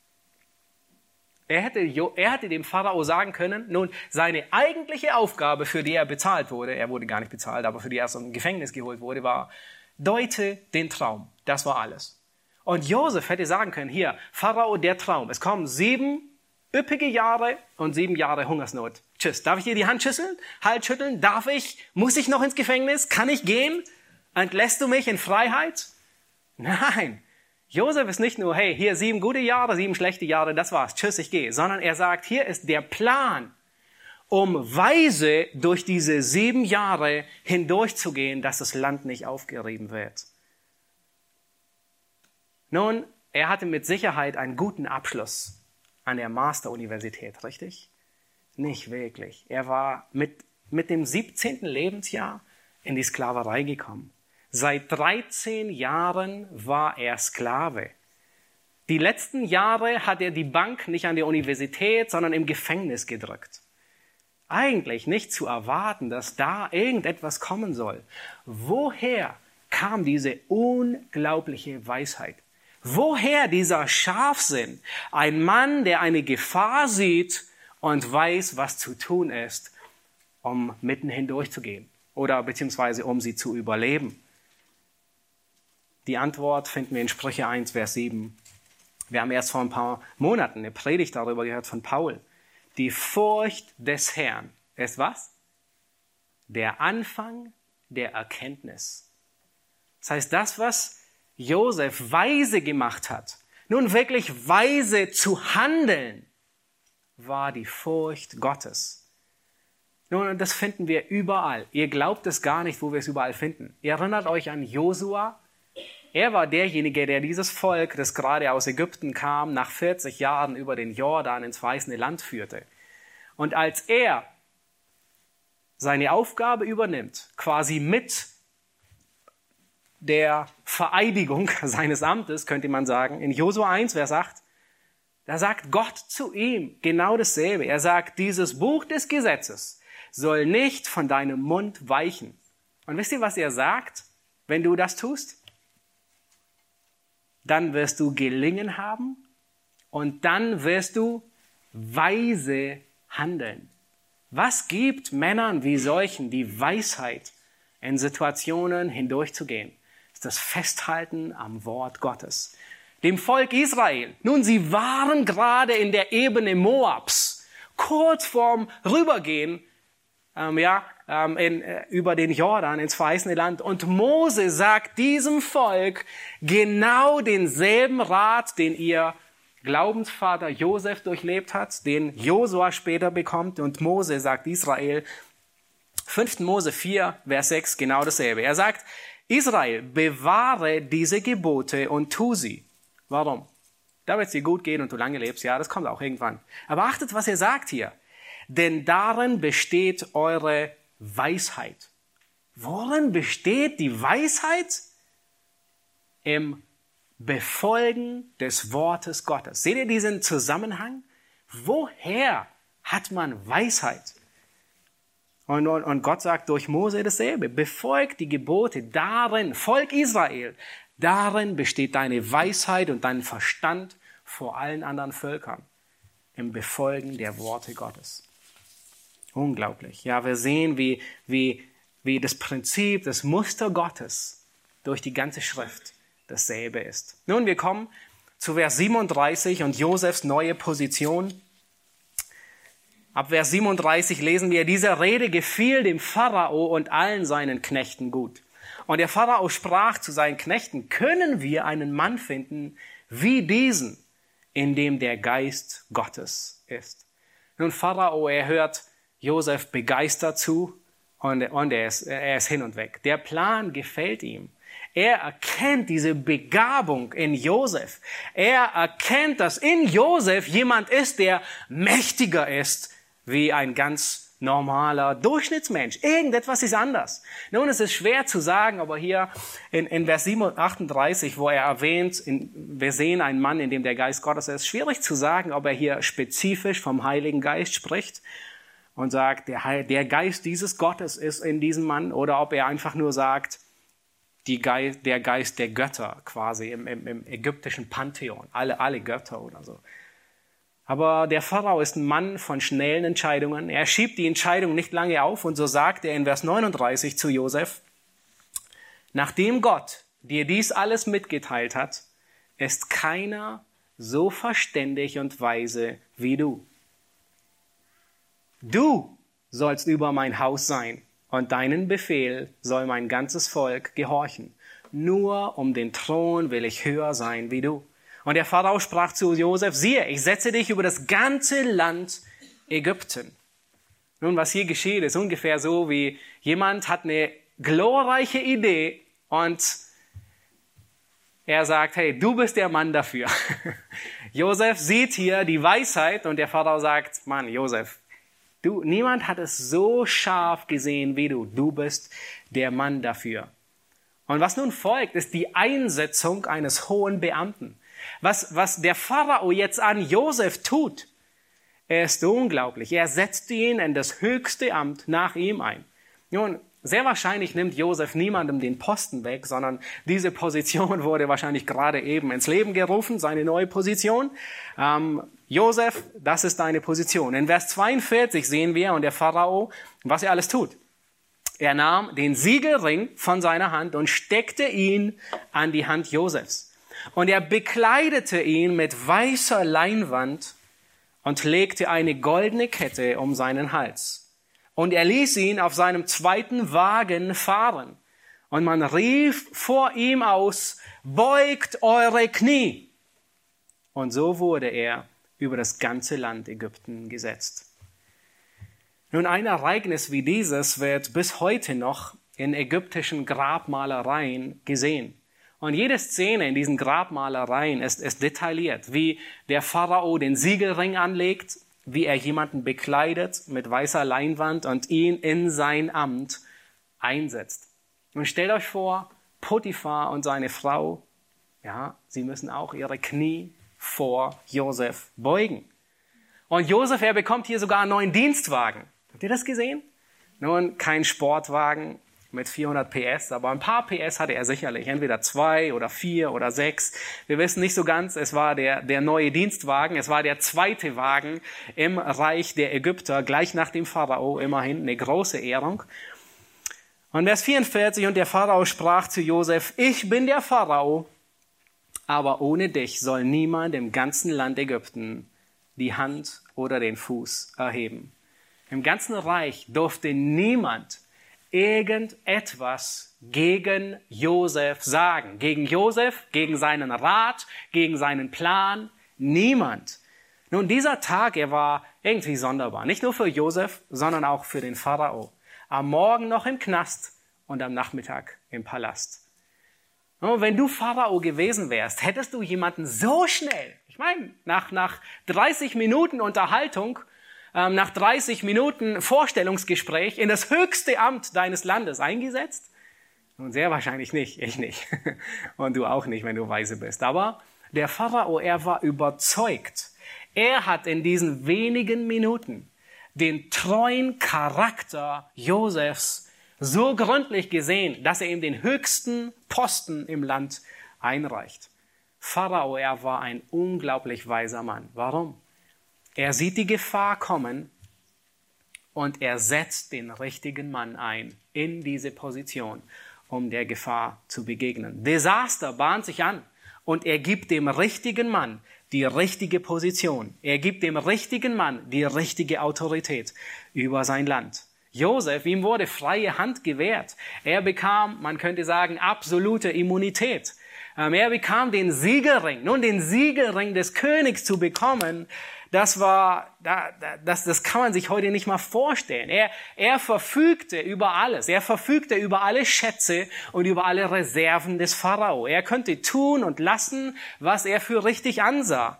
Er hätte dem Pharao sagen können, nun, seine eigentliche Aufgabe, für die er bezahlt wurde, er wurde gar nicht bezahlt, aber für die er aus dem Gefängnis geholt wurde, war, deute den Traum. Das war alles. Und Josef hätte sagen können, hier, Pharao, der Traum. Es kommen 7 üppige Jahre und 7 Jahre Hungersnot. Tschüss. Darf ich dir die Hand schütteln? Halt schütteln? Darf ich? Muss ich noch ins Gefängnis? Kann ich gehen? Entlässt du mich in Freiheit? Nein. Josef ist nicht nur, hey, hier 7 gute Jahre, 7 schlechte Jahre, das war's. Tschüss, ich gehe. Sondern er sagt, hier ist der Plan, um weise durch diese 7 Jahre hindurchzugehen, dass das Land nicht aufgerieben wird. Nun, er hatte mit Sicherheit einen guten Abschluss an der Master-Universität, richtig? Nicht wirklich. Er war mit dem 17. Lebensjahr in die Sklaverei gekommen. Seit 13 Jahren war er Sklave. Die letzten Jahre hat er die Bank nicht an der Universität, sondern im Gefängnis gedrückt. Eigentlich nicht zu erwarten, dass da irgendetwas kommen soll. Woher kam diese unglaubliche Weisheit? Woher dieser Scharfsinn? Ein Mann, der eine Gefahr sieht und weiß, was zu tun ist, um mitten hindurchzugehen oder beziehungsweise um sie zu überleben. Die Antwort finden wir in Sprüche 1, Vers 7. Wir haben erst vor ein paar Monaten eine Predigt darüber gehört von Paul. Die Furcht des Herrn ist was? Der Anfang der Erkenntnis. Das heißt, das, was Josef weise gemacht hat, nun wirklich weise zu handeln, war die Furcht Gottes. Nun, das finden wir überall. Ihr glaubt es gar nicht, wo wir es überall finden. Ihr erinnert euch an Josua? Er war derjenige, der dieses Volk, das gerade aus Ägypten kam, nach 40 Jahren über den Jordan ins verheißene Land führte. Und als er seine Aufgabe übernimmt, quasi mit der Vereidigung seines Amtes, könnte man sagen, in Josua 1, Vers 8, da sagt Gott zu ihm genau dasselbe. Er sagt, dieses Buch des Gesetzes soll nicht von deinem Mund weichen. Und wisst ihr, was er sagt, wenn du das tust? Dann wirst du Gelingen haben und dann wirst du weise handeln. Was gibt Männern wie solchen die Weisheit, in Situationen hindurchzugehen? Das ist das Festhalten am Wort Gottes. Dem Volk Israel. Nun, sie waren gerade in der Ebene Moabs, kurz vorm Rübergehen, über den Jordan ins verheißene Land. Und Mose sagt diesem Volk genau denselben Rat, den ihr Glaubensvater Josef durchlebt hat, den Josua später bekommt. Und Mose sagt Israel, 5. Mose 4, Vers 6, genau dasselbe. Er sagt, Israel, bewahre diese Gebote und tu sie. Warum? Da wird es dir gut gehen und du lange lebst. Ja, das kommt auch irgendwann. Aber achtet, was er sagt hier. Denn darin besteht eure Weisheit. Worin besteht die Weisheit? Im Befolgen des Wortes Gottes. Seht ihr diesen Zusammenhang? Woher hat man Weisheit? Und Gott sagt durch Mose dasselbe. Befolgt die Gebote darin, Volk Israel, darin besteht deine Weisheit und dein Verstand vor allen anderen Völkern. Im Befolgen der Worte Gottes. Unglaublich. Ja, wir sehen, wie das Prinzip, das Muster Gottes durch die ganze Schrift dasselbe ist. Nun, wir kommen zu Vers 37 und Josefs neue Position. Ab Vers 37 lesen wir, diese Rede gefiel dem Pharao und allen seinen Knechten gut. Und der Pharao sprach zu seinen Knechten, können wir einen Mann finden wie diesen, in dem der Geist Gottes ist? Nun, Pharao, er hört Josef begeistert zu Und er ist hin und weg. Der Plan gefällt ihm. Er erkennt diese Begabung in Josef. Er erkennt, dass in Josef jemand ist, der mächtiger ist wie ein ganz normaler Durchschnittsmensch. Irgendetwas ist anders. Nun, es ist schwer zu sagen, aber hier in Vers 38, wo er erwähnt, wir sehen einen Mann, in dem der Geist Gottes ist, schwierig zu sagen, ob er hier spezifisch vom Heiligen Geist spricht und sagt, der Geist dieses Gottes ist in diesem Mann, oder ob er einfach nur sagt, der Geist der Götter quasi im ägyptischen Pantheon, alle Götter oder so. Aber der Pharao ist ein Mann von schnellen Entscheidungen. Er schiebt die Entscheidung nicht lange auf und so sagt er in Vers 39 zu Josef, nachdem Gott dir dies alles mitgeteilt hat, ist keiner so verständig und weise wie du. Du sollst über mein Haus sein und deinen Befehl soll mein ganzes Volk gehorchen. Nur um den Thron will ich höher sein wie du. Und der Pharao sprach zu Josef, siehe, ich setze dich über das ganze Land Ägypten. Nun, was hier geschieht, ist ungefähr so, wie jemand hat eine glorreiche Idee und er sagt, hey, du bist der Mann dafür. Josef sieht hier die Weisheit und der Pharao sagt, Mann, Josef, niemand hat es so scharf gesehen wie du. Du bist der Mann dafür. Und was nun folgt, ist die Einsetzung eines hohen Beamten. Was der Pharao jetzt an Josef tut, ist unglaublich. Er setzt ihn in das höchste Amt nach ihm ein. Nun, sehr wahrscheinlich nimmt Josef niemandem den Posten weg, sondern diese Position wurde wahrscheinlich gerade eben ins Leben gerufen, seine neue Position. Josef, das ist deine Position. In Vers 42 sehen wir, und der Pharao, was er alles tut. Er nahm den Siegelring von seiner Hand und steckte ihn an die Hand Josefs. Und er bekleidete ihn mit weißer Leinwand und legte eine goldene Kette um seinen Hals. Und er ließ ihn auf seinem zweiten Wagen fahren. Und man rief vor ihm aus, beugt eure Knie. Und so wurde er über das ganze Land Ägypten gesetzt. Nun, ein Ereignis wie dieses wird bis heute noch in ägyptischen Grabmalereien gesehen. Und jede Szene in diesen Grabmalereien ist detailliert, wie der Pharao den Siegelring anlegt, wie er jemanden bekleidet mit weißer Leinwand und ihn in sein Amt einsetzt. Und stellt euch vor, Potiphar und seine Frau, ja, sie müssen auch ihre Knie vor Josef beugen. Und Josef, er bekommt hier sogar einen neuen Dienstwagen. Habt ihr das gesehen? Nun, kein Sportwagen mit 400 PS, aber ein paar PS hatte er sicherlich, entweder 2 oder 4 oder 6. Wir wissen nicht so ganz, es war der neue Dienstwagen, es war der zweite Wagen im Reich der Ägypter, gleich nach dem Pharao, immerhin eine große Ehrung. Und Vers 44, und der Pharao sprach zu Josef, ich bin der Pharao, aber ohne dich soll niemand im ganzen Land Ägypten die Hand oder den Fuß erheben. Im ganzen Reich durfte niemand irgendetwas gegen Josef sagen. Gegen Josef, gegen seinen Rat, gegen seinen Plan. Niemand. Nun, dieser Tag, er war irgendwie sonderbar. Nicht nur für Josef, sondern auch für den Pharao. Am Morgen noch im Knast und am Nachmittag im Palast. Und wenn du Pharao gewesen wärst, hättest du jemanden so schnell, ich meine, nach 30 Minuten Unterhaltung, nach 30 Minuten Vorstellungsgespräch in das höchste Amt deines Landes eingesetzt? Nun, sehr wahrscheinlich nicht, ich nicht. Und du auch nicht, wenn du weise bist. Aber der Pharao, er war überzeugt. Er hat in diesen wenigen Minuten den treuen Charakter Josefs so gründlich gesehen, dass er ihm den höchsten Posten im Land einreicht. Pharao, er war ein unglaublich weiser Mann. Warum? Er sieht die Gefahr kommen und er setzt den richtigen Mann ein in diese Position, um der Gefahr zu begegnen. Desaster bahnt sich an und er gibt dem richtigen Mann die richtige Position. Er gibt dem richtigen Mann die richtige Autorität über sein Land. Josef, ihm wurde freie Hand gewährt. Er bekam, man könnte sagen, absolute Immunität. Er bekam den Siegelring. Nun, den Siegelring des Königs zu bekommen, das kann man sich heute nicht mal vorstellen. Er verfügte über alles. Er verfügte über alle Schätze und über alle Reserven des Pharao. Er könnte tun und lassen, was er für richtig ansah.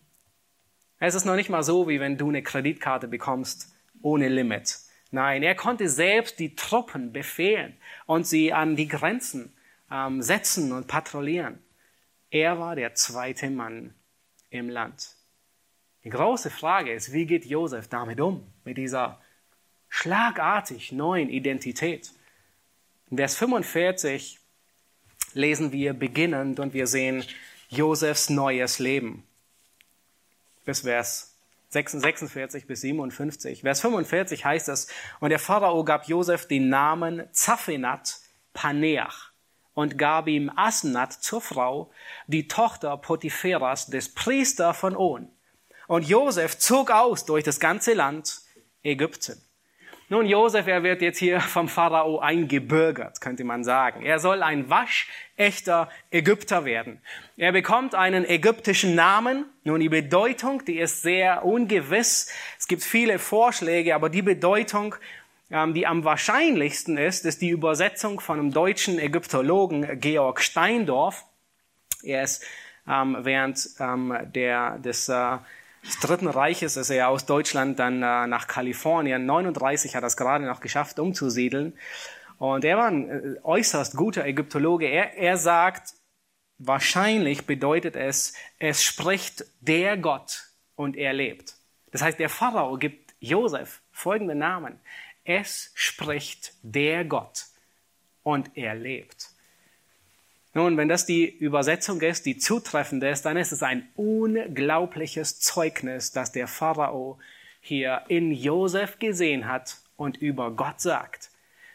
Es ist noch nicht mal so, wie wenn du eine Kreditkarte bekommst, ohne Limit. Nein, er konnte selbst die Truppen befehlen und sie an die Grenzen setzen und patrouillieren. Er war der zweite Mann im Land. Die große Frage ist, wie geht Josef damit um, mit dieser schlagartig neuen Identität? In Vers 45 lesen wir beginnend und wir sehen Josefs neues Leben. Bis Vers 46 bis 57. Vers 45 heißt es, und der Pharao gab Josef den Namen Zaphenat Paneach und gab ihm Asnat zur Frau, die Tochter Potipheras des Priester von On. Und Josef zog aus durch das ganze Land Ägypten. Nun, Josef, er wird jetzt hier vom Pharao eingebürgert, könnte man sagen. Er soll ein waschechter Ägypter werden. Er bekommt einen ägyptischen Namen. Nun, die Bedeutung, die ist sehr ungewiss. Es gibt viele Vorschläge, aber die Bedeutung, die am wahrscheinlichsten ist die Übersetzung von einem deutschen Ägyptologen, Georg Steindorf. Er ist während des Dritten Reiches ist er aus Deutschland dann nach Kalifornien. 39 hat er es gerade noch geschafft, umzusiedeln. Und er war ein äußerst guter Ägyptologe. Er sagt, wahrscheinlich bedeutet es spricht der Gott und er lebt. Das heißt, der Pharao gibt Josef folgenden Namen. Es spricht der Gott und er lebt. Nun, wenn das die Übersetzung ist, die zutreffende ist, dann ist es ein unglaubliches Zeugnis, das der Pharao hier in Josef gesehen hat und über Gott sagt.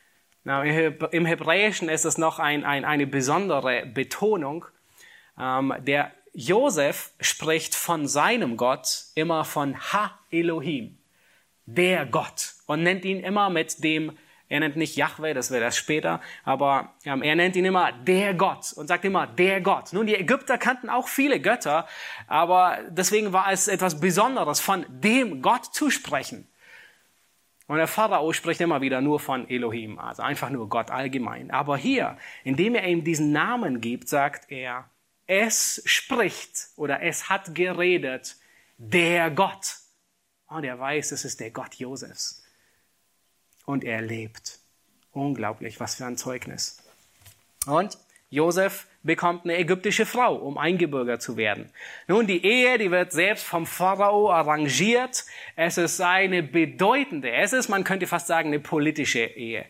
Im Hebräischen ist es noch eine besondere Betonung. Der Josef spricht von seinem Gott immer von Ha-Elohim, der Gott, und nennt ihn immer mit dem, er nennt nicht Jahwe, das wird erst später, aber er nennt ihn immer der Gott und sagt immer der Gott. Nun, die Ägypter kannten auch viele Götter, aber deswegen war es etwas Besonderes, von dem Gott zu sprechen. Und der Pharao spricht immer wieder nur von Elohim, also einfach nur Gott allgemein. Aber hier, indem er ihm diesen Namen gibt, sagt er, es spricht oder es hat geredet der Gott. Und er weiß, es ist der Gott Josefs. Und er lebt. Unglaublich, was für ein Zeugnis. Und Josef bekommt eine ägyptische Frau, um eingebürgert zu werden. Nun, die Ehe, die wird selbst vom Pharao arrangiert. Es ist eine bedeutende, man könnte fast sagen, eine politische Ehe.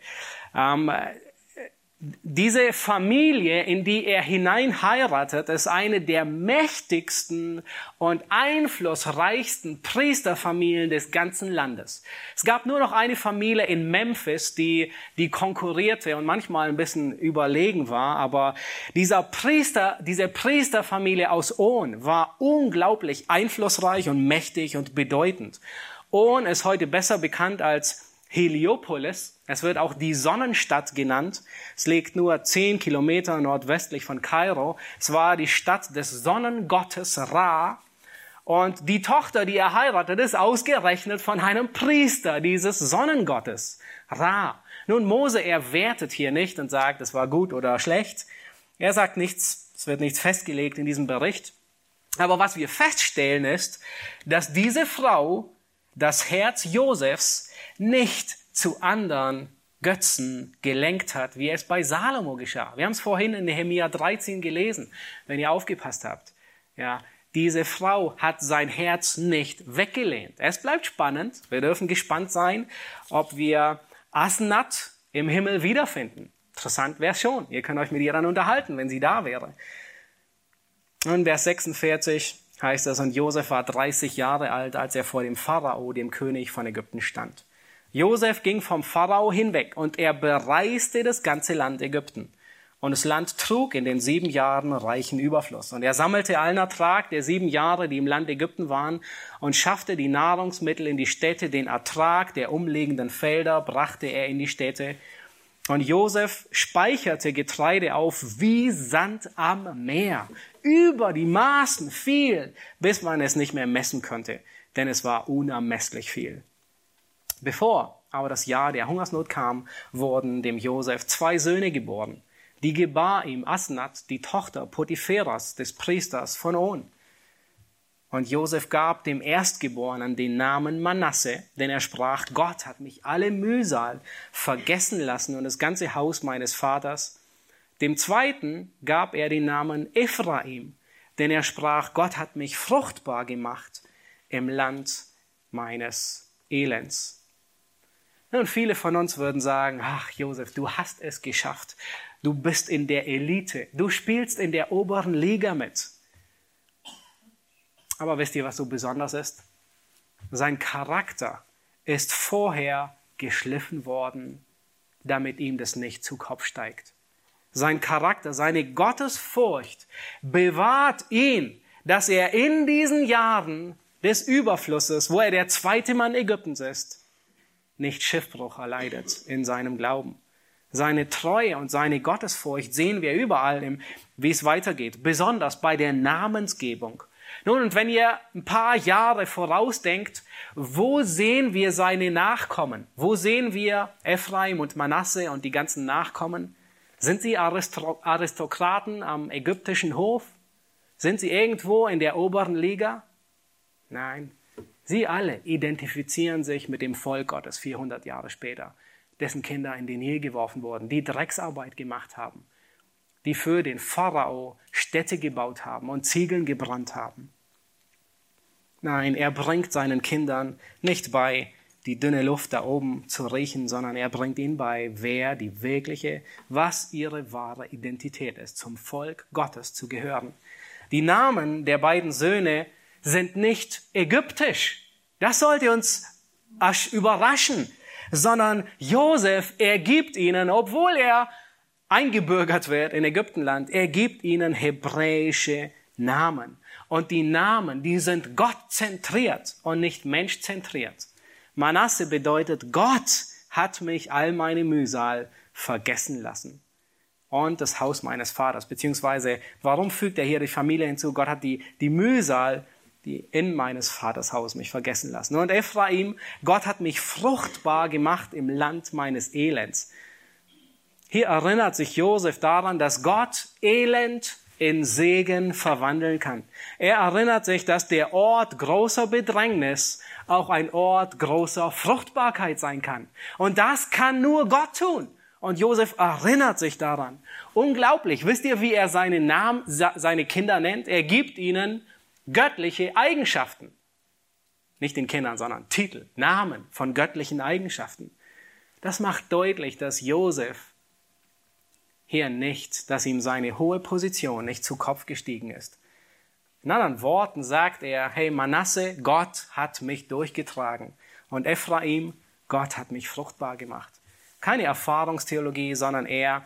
Diese Familie, in die er hinein heiratet, ist eine der mächtigsten und einflussreichsten Priesterfamilien des ganzen Landes. Es gab nur noch eine Familie in Memphis, die konkurrierte und manchmal ein bisschen überlegen war, aber diese Priesterfamilie aus On war unglaublich einflussreich und mächtig und bedeutend. On ist heute besser bekannt als Heliopolis. Es wird auch die Sonnenstadt genannt. Es liegt nur 10 Kilometer nordwestlich von Kairo. Es war die Stadt des Sonnengottes Ra. Und die Tochter, die er heiratet, ist ausgerechnet von einem Priester dieses Sonnengottes Ra. Nun, Mose, er wertet hier nicht und sagt, es war gut oder schlecht. Er sagt nichts, es wird nichts festgelegt in diesem Bericht. Aber was wir feststellen ist, dass diese Frau das Herz Josefs nicht zu anderen Götzen gelenkt hat, wie es bei Salomo geschah. Wir haben es vorhin in Nehemia 13 gelesen, wenn ihr aufgepasst habt. Ja, diese Frau hat sein Herz nicht weggelehnt. Es bleibt spannend. Wir dürfen gespannt sein, ob wir Asnat im Himmel wiederfinden. Interessant wäre es schon. Ihr könnt euch mit ihr dann unterhalten, wenn sie da wäre. Und Vers 46 heißt es, und Josef war 30 Jahre alt, als er vor dem Pharao, dem König von Ägypten, stand. Josef ging vom Pharao hinweg und er bereiste das ganze Land Ägypten. Und das Land trug in den 7 Jahren reichen Überfluss. Und er sammelte allen Ertrag der 7 Jahre, die im Land Ägypten waren, und schaffte die Nahrungsmittel in die Städte. Den Ertrag der umliegenden Felder brachte er in die Städte. Und Josef speicherte Getreide auf wie Sand am Meer, über die Maßen viel, bis man es nicht mehr messen konnte. denn es war unermesslich viel. Bevor aber das Jahr der Hungersnot kam, wurden dem Josef 2 Söhne geboren. Die gebar ihm Asnath, die Tochter Potipheras, des Priesters von On. Und Josef gab dem Erstgeborenen den Namen Manasse, denn er sprach, Gott hat mich alle Mühsal vergessen lassen und das ganze Haus meines Vaters. Dem Zweiten gab er den Namen Ephraim, denn er sprach, Gott hat mich fruchtbar gemacht im Land meines Elends. Und viele von uns würden sagen, ach Josef, du hast es geschafft. Du bist in der Elite. Du spielst in der oberen Liga mit. Aber wisst ihr, was so besonders ist? Sein Charakter ist vorher geschliffen worden, damit ihm das nicht zu Kopf steigt. Sein Charakter, seine Gottesfurcht bewahrt ihn, dass er in diesen Jahren des Überflusses, wo er der zweite Mann Ägyptens ist, nicht Schiffbruch erleidet in seinem Glauben. Seine Treue und seine Gottesfurcht sehen wir überall, wie es weitergeht, besonders bei der Namensgebung. Nun, und wenn ihr ein paar Jahre vorausdenkt, wo sehen wir seine Nachkommen? Wo sehen wir Ephraim und Manasse und die ganzen Nachkommen? Sind sie Aristokraten am ägyptischen Hof? Sind sie irgendwo in der oberen Liga? Nein. Sie alle identifizieren sich mit dem Volk Gottes 400 Jahre später, dessen Kinder in den Nil geworfen wurden, die Drecksarbeit gemacht haben, die für den Pharao Städte gebaut haben und Ziegeln gebrannt haben. Nein, er bringt seinen Kindern nicht bei, die dünne Luft da oben zu riechen, sondern er bringt ihnen bei, was ihre wahre Identität ist, zum Volk Gottes zu gehören. Die Namen der beiden Söhne sind nicht ägyptisch. Das sollte uns überraschen, sondern Josef, er gibt ihnen, obwohl er eingebürgert wird in Ägyptenland, er gibt ihnen hebräische Namen. Und die Namen, die sind gottzentriert und nicht menschzentriert. Manasse bedeutet, Gott hat mich all meine Mühsal vergessen lassen. Und das Haus meines Vaters, beziehungsweise, warum fügt er hier die Familie hinzu? Gott hat die Mühsal, die in meines Vaters Haus mich vergessen lassen. Und Ephraim, Gott hat mich fruchtbar gemacht im Land meines Elends. Hier erinnert sich Josef daran, dass Gott Elend in Segen verwandeln kann. Er erinnert sich, dass der Ort großer Bedrängnis auch ein Ort großer Fruchtbarkeit sein kann. Und das kann nur Gott tun. Und Josef erinnert sich daran. Unglaublich. Wisst ihr, wie er seine Kinder nennt? Er gibt ihnen göttliche Eigenschaften. Nicht den Kindern, sondern Titel, Namen von göttlichen Eigenschaften. Das macht deutlich, dass Josef hier nicht, dass ihm seine hohe Position nicht zu Kopf gestiegen ist. In anderen Worten sagt er, hey Manasse, Gott hat mich durchgetragen. Und Ephraim, Gott hat mich fruchtbar gemacht. Keine Erfahrungstheologie, sondern er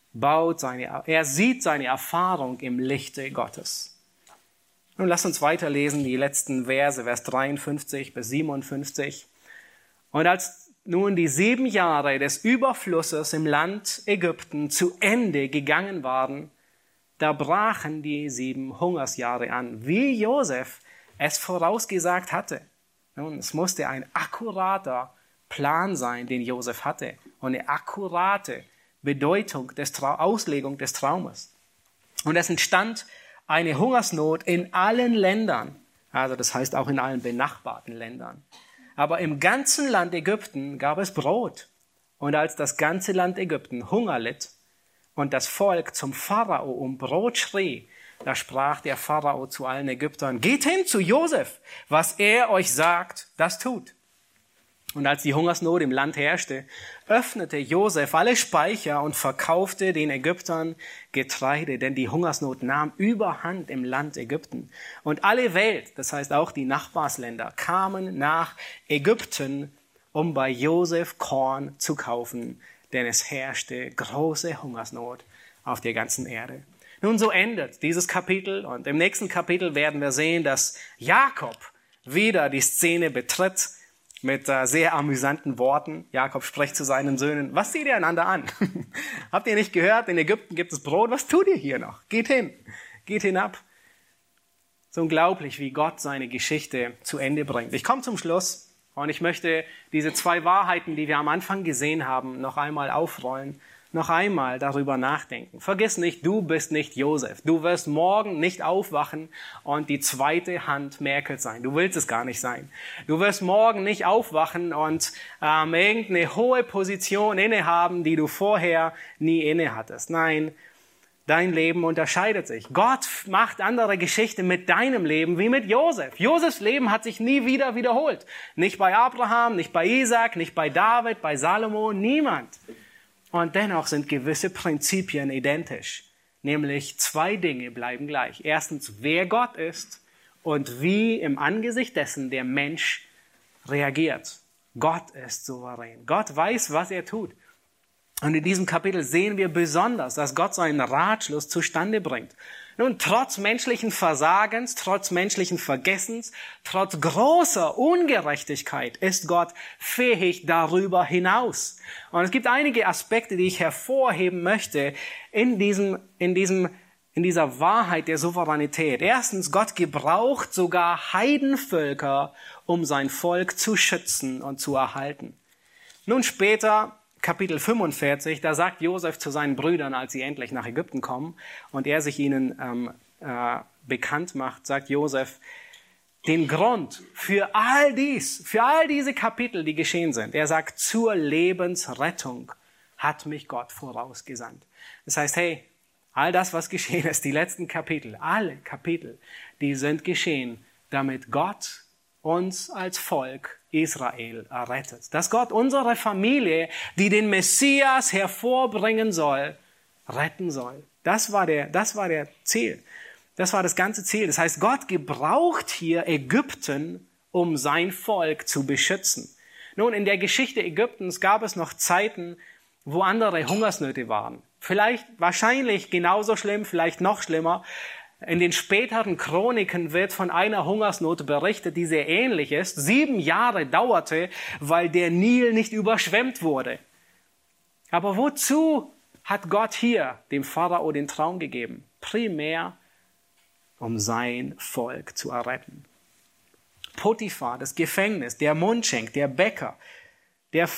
sieht seine Erfahrung im Lichte Gottes. Nun lasst uns weiterlesen, die letzten Verse, Vers 53 bis 57. Und als nun die 7 Jahre des Überflusses im Land Ägypten zu Ende gegangen waren, da brachen die 7 Hungersjahre an, wie Josef es vorausgesagt hatte. Nun, es musste ein akkurater Plan sein, den Josef hatte, und eine akkurate Bedeutung Auslegung des Traumes. Und es entstand eine Hungersnot in allen Ländern, also das heißt auch in allen benachbarten Ländern. Aber im ganzen Land Ägypten gab es Brot. Und als das ganze Land Ägypten Hunger litt und das Volk zum Pharao um Brot schrie, da sprach der Pharao zu allen Ägyptern, geht hin zu Josef, was er euch sagt, das tut. Und als die Hungersnot im Land herrschte, öffnete Josef alle Speicher und verkaufte den Ägyptern Getreide, denn die Hungersnot nahm überhand im Land Ägypten. Und alle Welt, das heißt auch die Nachbarsländer, kamen nach Ägypten, um bei Josef Korn zu kaufen, denn es herrschte große Hungersnot auf der ganzen Erde. Nun, so endet dieses Kapitel, und im nächsten Kapitel werden wir sehen, dass Jakob wieder die Szene betritt, mit sehr amüsanten Worten. Jakob spricht zu seinen Söhnen, was seht ihr einander an? Habt ihr nicht gehört, in Ägypten gibt es Brot, was tut ihr hier noch? Geht hin, geht hinab. Es ist unglaublich, wie Gott seine Geschichte zu Ende bringt. Ich komme zum Schluss und ich möchte diese 2 Wahrheiten, die wir am Anfang gesehen haben, noch einmal aufrollen, noch einmal darüber nachdenken. Vergiss nicht, du bist nicht Josef. Du wirst morgen nicht aufwachen und die zweite Hand Merkel sein. Du willst es gar nicht sein. Du wirst morgen nicht aufwachen und irgendeine hohe Position innehaben, die du vorher nie innehattest. Nein, dein Leben unterscheidet sich. Gott macht andere Geschichte mit deinem Leben wie mit Josef. Josefs Leben hat sich nie wieder wiederholt. Nicht bei Abraham, nicht bei Isaac, nicht bei David, bei Salomo, niemand. Und dennoch sind gewisse Prinzipien identisch. Nämlich 2 Dinge bleiben gleich. Erstens, wer Gott ist und wie im Angesicht dessen der Mensch reagiert. Gott ist souverän. Gott weiß, was er tut. Und in diesem Kapitel sehen wir besonders, dass Gott seinen Ratschluss zustande bringt. Nun, trotz menschlichen Versagens, trotz menschlichen Vergessens, trotz großer Ungerechtigkeit ist Gott fähig darüber hinaus. Und es gibt einige Aspekte, die ich hervorheben möchte in dieser Wahrheit der Souveränität. Erstens, Gott gebraucht sogar Heidenvölker, um sein Volk zu schützen und zu erhalten. Nun später, Kapitel 45, da sagt Josef zu seinen Brüdern, als sie endlich nach Ägypten kommen und er sich ihnen bekannt macht, sagt Josef, den Grund für all diese Kapitel, die geschehen sind. Er sagt, zur Lebensrettung hat mich Gott vorausgesandt. Das heißt, hey, all das, was geschehen ist, die letzten Kapitel, alle Kapitel, die sind geschehen, damit Gott uns als Volk Israel errettet. Dass Gott unsere Familie, die den Messias hervorbringen soll, retten soll. Das war der Ziel. Das war das ganze Ziel. Das heißt, Gott gebraucht hier Ägypten, um sein Volk zu beschützen. Nun, in der Geschichte Ägyptens gab es noch Zeiten, wo andere Hungersnöte waren. Wahrscheinlich genauso schlimm, vielleicht noch schlimmer. In den späteren Chroniken wird von einer Hungersnot berichtet, die sehr ähnlich ist. 7 Jahre dauerte, weil der Nil nicht überschwemmt wurde. Aber wozu hat Gott hier dem Pharao den Traum gegeben? Primär, um sein Volk zu erretten. Potiphar, das Gefängnis, der Mundschenk, der Bäcker, der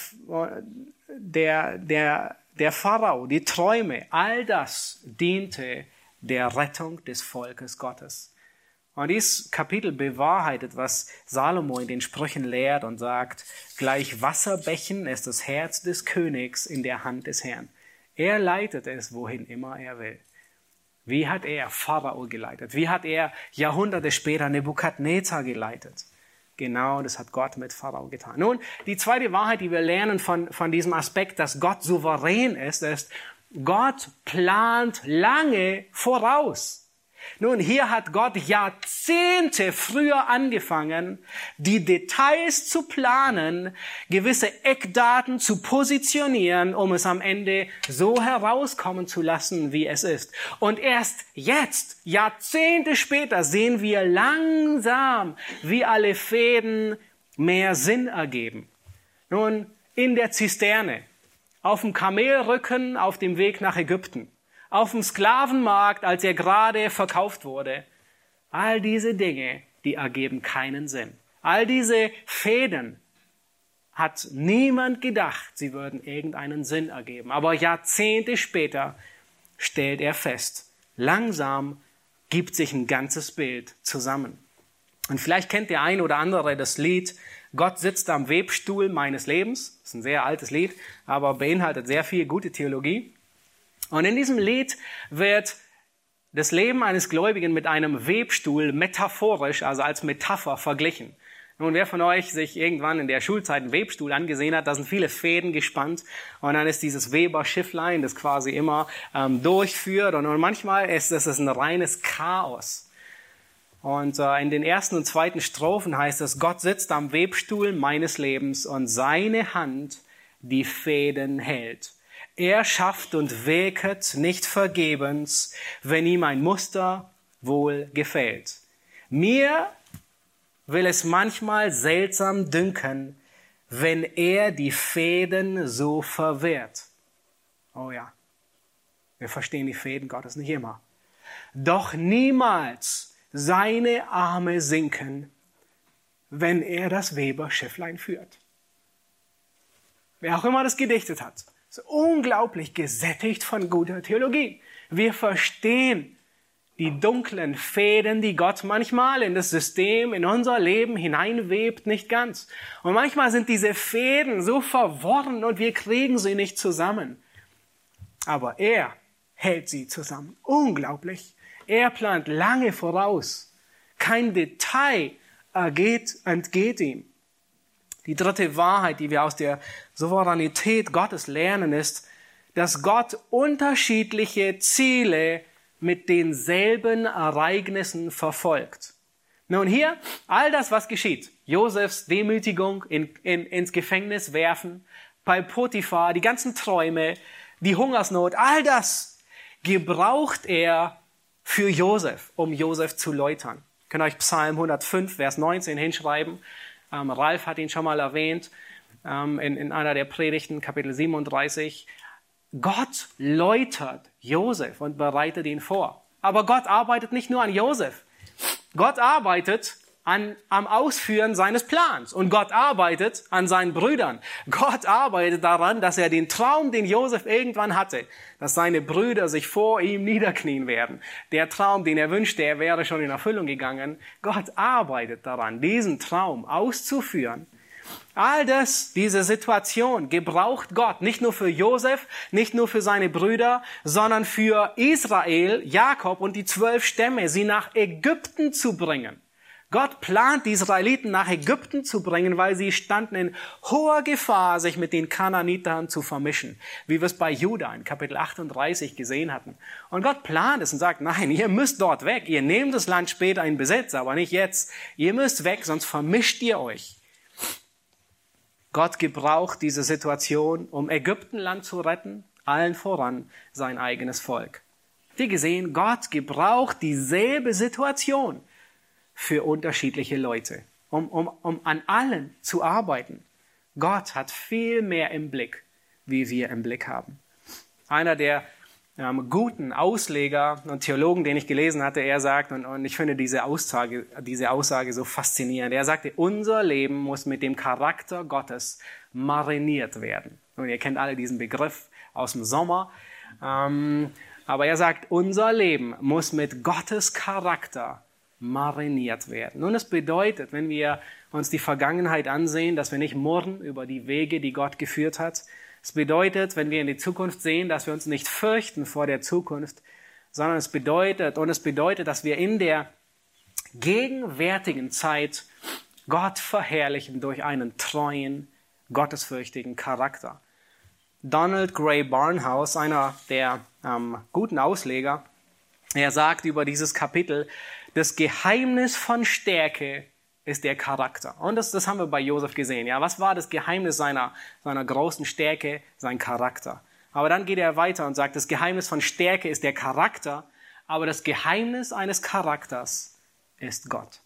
Pharao, die Träume, all das diente der Rettung des Volkes Gottes. Und dieses Kapitel bewahrheitet, was Salomo in den Sprüchen lehrt und sagt, gleich Wasserbächen ist das Herz des Königs in der Hand des Herrn. Er leitet es, wohin immer er will. Wie hat er Pharao geleitet? Wie hat er Jahrhunderte später Nebukadnezar geleitet? Genau, das hat Gott mit Pharao getan. Nun, die zweite Wahrheit, die wir lernen von diesem Aspekt, dass Gott souverän ist, Gott plant lange voraus. Nun, hier hat Gott Jahrzehnte früher angefangen, die Details zu planen, gewisse Eckdaten zu positionieren, um es am Ende so herauskommen zu lassen, wie es ist. Und erst jetzt, Jahrzehnte später, sehen wir langsam, wie alle Fäden mehr Sinn ergeben. Nun, in der Zisterne, auf dem Kamelrücken auf dem Weg nach Ägypten, auf dem Sklavenmarkt, als er gerade verkauft wurde. All diese Dinge, die ergeben keinen Sinn. All diese Fäden hat niemand gedacht, sie würden irgendeinen Sinn ergeben. Aber Jahrzehnte später stellt er fest, langsam gibt sich ein ganzes Bild zusammen. Und vielleicht kennt der ein oder andere das Lied Gott sitzt am Webstuhl meines Lebens. Das ist ein sehr altes Lied, aber beinhaltet sehr viel gute Theologie. Und in diesem Lied wird das Leben eines Gläubigen mit einem Webstuhl metaphorisch, also als Metapher verglichen. Nun, wer von euch sich irgendwann in der Schulzeit einen Webstuhl angesehen hat, da sind viele Fäden gespannt und dann ist dieses Weber-Schifflein, das quasi immer durchführt und manchmal ist es ein reines Chaos. Und in den ersten und zweiten Strophen heißt es, Gott sitzt am Webstuhl meines Lebens und seine Hand die Fäden hält. Er schafft und wirket nicht vergebens, wenn ihm ein Muster wohl gefällt. Mir will es manchmal seltsam dünken, wenn er die Fäden so verwehrt. Oh ja, wir verstehen die Fäden Gottes nicht immer. Doch niemals seine Arme sinken, wenn er das Weberschifflein führt. Wer auch immer das gedichtet hat, ist unglaublich gesättigt von guter Theologie. Wir verstehen die dunklen Fäden, die Gott manchmal in das System, in unser Leben hineinwebt, nicht ganz. Und manchmal sind diese Fäden so verworren und wir kriegen sie nicht zusammen. Aber er hält sie zusammen. Unglaublich. Er plant lange voraus. Kein Detail entgeht ihm. Die dritte Wahrheit, die wir aus der Souveränität Gottes lernen, ist, dass Gott unterschiedliche Ziele mit denselben Ereignissen verfolgt. Nun hier, all das, was geschieht, Josefs Demütigung, ins Gefängnis werfen, bei Potiphar, die ganzen Träume, die Hungersnot, all das gebraucht er für Josef, um Josef zu läutern. Ihr könnt euch Psalm 105, Vers 19 hinschreiben. Ralf hat ihn schon mal erwähnt in einer der Predigten, Kapitel 37. Gott läutert Josef und bereitet ihn vor. Aber Gott arbeitet nicht nur an Josef. Gott arbeitet am Ausführen seines Plans. Und Gott arbeitet an seinen Brüdern. Gott arbeitet daran, dass er den Traum, den Josef irgendwann hatte, dass seine Brüder sich vor ihm niederknien werden. Der Traum, den er wünschte, er wäre schon in Erfüllung gegangen. Gott arbeitet daran, diesen Traum auszuführen. All das, diese Situation gebraucht Gott nicht nur für Josef, nicht nur für seine Brüder, sondern für Israel, Jakob und die 12 Stämme, sie nach Ägypten zu bringen. Gott plant, die Israeliten nach Ägypten zu bringen, weil sie standen in hoher Gefahr, sich mit den Kanaanitern zu vermischen, wie wir es bei Juda in Kapitel 38 gesehen hatten. Und Gott plant es und sagt, nein, ihr müsst dort weg. Ihr nehmt das Land später in Besitz, aber nicht jetzt. Ihr müsst weg, sonst vermischt ihr euch. Gott gebraucht diese Situation, um Ägyptenland zu retten, allen voran sein eigenes Volk. Habt ihr gesehen, Gott gebraucht dieselbe Situation für unterschiedliche Leute, um an allen zu arbeiten. Gott hat viel mehr im Blick, wie wir im Blick haben. Einer der guten Ausleger und Theologen, den ich gelesen hatte, er sagt, und ich finde diese Aussage so faszinierend, er sagte, unser Leben muss mit dem Charakter Gottes mariniert werden. Und ihr kennt alle diesen Begriff aus dem Sommer, aber er sagt, unser Leben muss mit Gottes Charakter mariniert werden. Nun, es bedeutet, wenn wir uns die Vergangenheit ansehen, dass wir nicht murren über die Wege, die Gott geführt hat. Es bedeutet, wenn wir in die Zukunft sehen, dass wir uns nicht fürchten vor der Zukunft, sondern es bedeutet, dass wir in der gegenwärtigen Zeit Gott verherrlichen durch einen treuen, gottesfürchtigen Charakter. Donald Gray Barnhouse, einer der guten Ausleger, er sagt über dieses Kapitel, das Geheimnis von Stärke ist der Charakter. Und das haben wir bei Josef gesehen. Ja, was war das Geheimnis seiner großen Stärke? Sein Charakter. Aber dann geht er weiter und sagt, das Geheimnis von Stärke ist der Charakter, aber das Geheimnis eines Charakters ist Gott.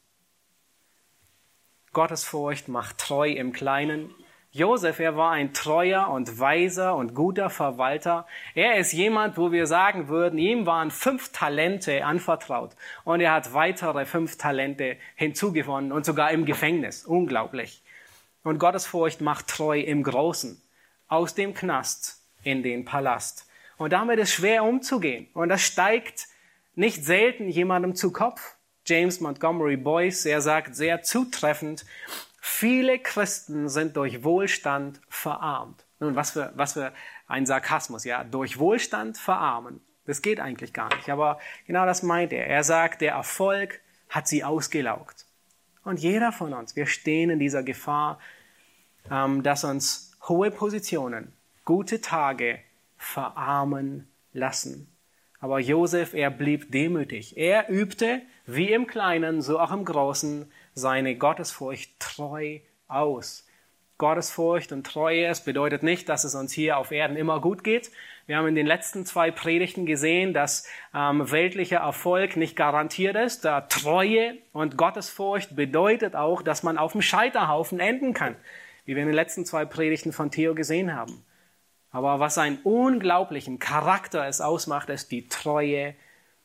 Gottesfurcht macht treu im Kleinen. Josef, er war ein treuer und weiser und guter Verwalter. Er ist jemand, wo wir sagen würden, ihm waren 5 Talente anvertraut. Und er hat weitere 5 Talente hinzugewonnen und sogar im Gefängnis. Unglaublich. Und Gottesfurcht macht treu im Großen. Aus dem Knast in den Palast. Und damit ist schwer umzugehen. Und das steigt nicht selten jemandem zu Kopf. James Montgomery Boyce, er sagt sehr zutreffend, viele Christen sind durch Wohlstand verarmt. Nun, was für ein Sarkasmus, ja, durch Wohlstand verarmen. Das geht eigentlich gar nicht, aber genau das meint er. Er sagt, der Erfolg hat sie ausgelaugt. Und jeder von uns, wir stehen in dieser Gefahr, dass uns hohe Positionen, gute Tage verarmen lassen. Aber Josef, er blieb demütig. Er übte, wie im Kleinen, so auch im Großen, seine Gottesfurcht treu aus. Gottesfurcht und Treue, es bedeutet nicht, dass es uns hier auf Erden immer gut geht. Wir haben in den letzten 2 Predigten gesehen, dass weltlicher Erfolg nicht garantiert ist. Treue und Gottesfurcht bedeutet auch, dass man auf dem Scheiterhaufen enden kann, wie wir in den letzten 2 Predigten von Theo gesehen haben. Aber was einen unglaublichen Charakter es ausmacht, ist die Treue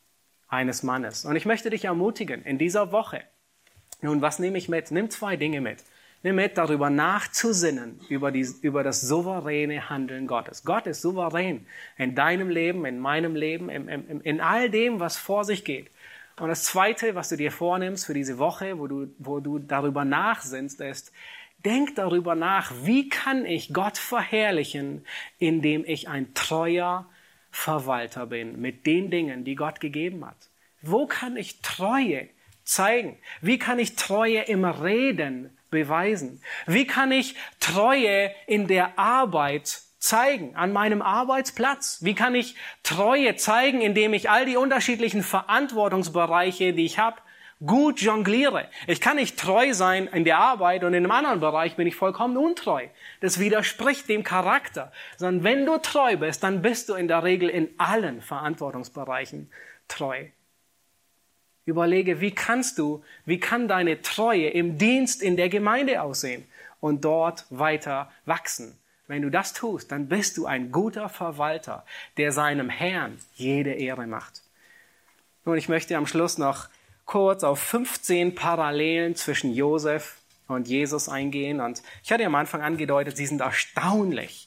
eines Mannes. Und ich möchte dich ermutigen, in dieser Woche, nun, was nehme ich mit? Nimm 2 Dinge mit. Nimm mit, darüber nachzusinnen, über das souveräne Handeln Gottes. Gott ist souverän in deinem Leben, in meinem Leben, in all dem, was vor sich geht. Und das Zweite, was du dir vornimmst für diese Woche, wo du darüber nachsinnst, ist, denk darüber nach, wie kann ich Gott verherrlichen, indem ich ein treuer Verwalter bin mit den Dingen, die Gott gegeben hat. Wo kann ich Treue zeigen? Wie kann ich Treue im Reden beweisen? Wie kann ich Treue in der Arbeit zeigen, an meinem Arbeitsplatz? Wie kann ich Treue zeigen, indem ich all die unterschiedlichen Verantwortungsbereiche, die ich habe, gut jongliere? Ich kann nicht treu sein in der Arbeit und in einem anderen Bereich bin ich vollkommen untreu. Das widerspricht dem Charakter. Sondern wenn du treu bist, dann bist du in der Regel in allen Verantwortungsbereichen treu. Überlege, wie kann deine Treue im Dienst in der Gemeinde aussehen und dort weiter wachsen. Wenn du das tust, dann bist du ein guter Verwalter, der seinem Herrn jede Ehre macht. Nun, ich möchte am Schluss noch kurz auf 15 Parallelen zwischen Josef und Jesus eingehen. Und ich hatte am Anfang angedeutet, sie sind erstaunlich.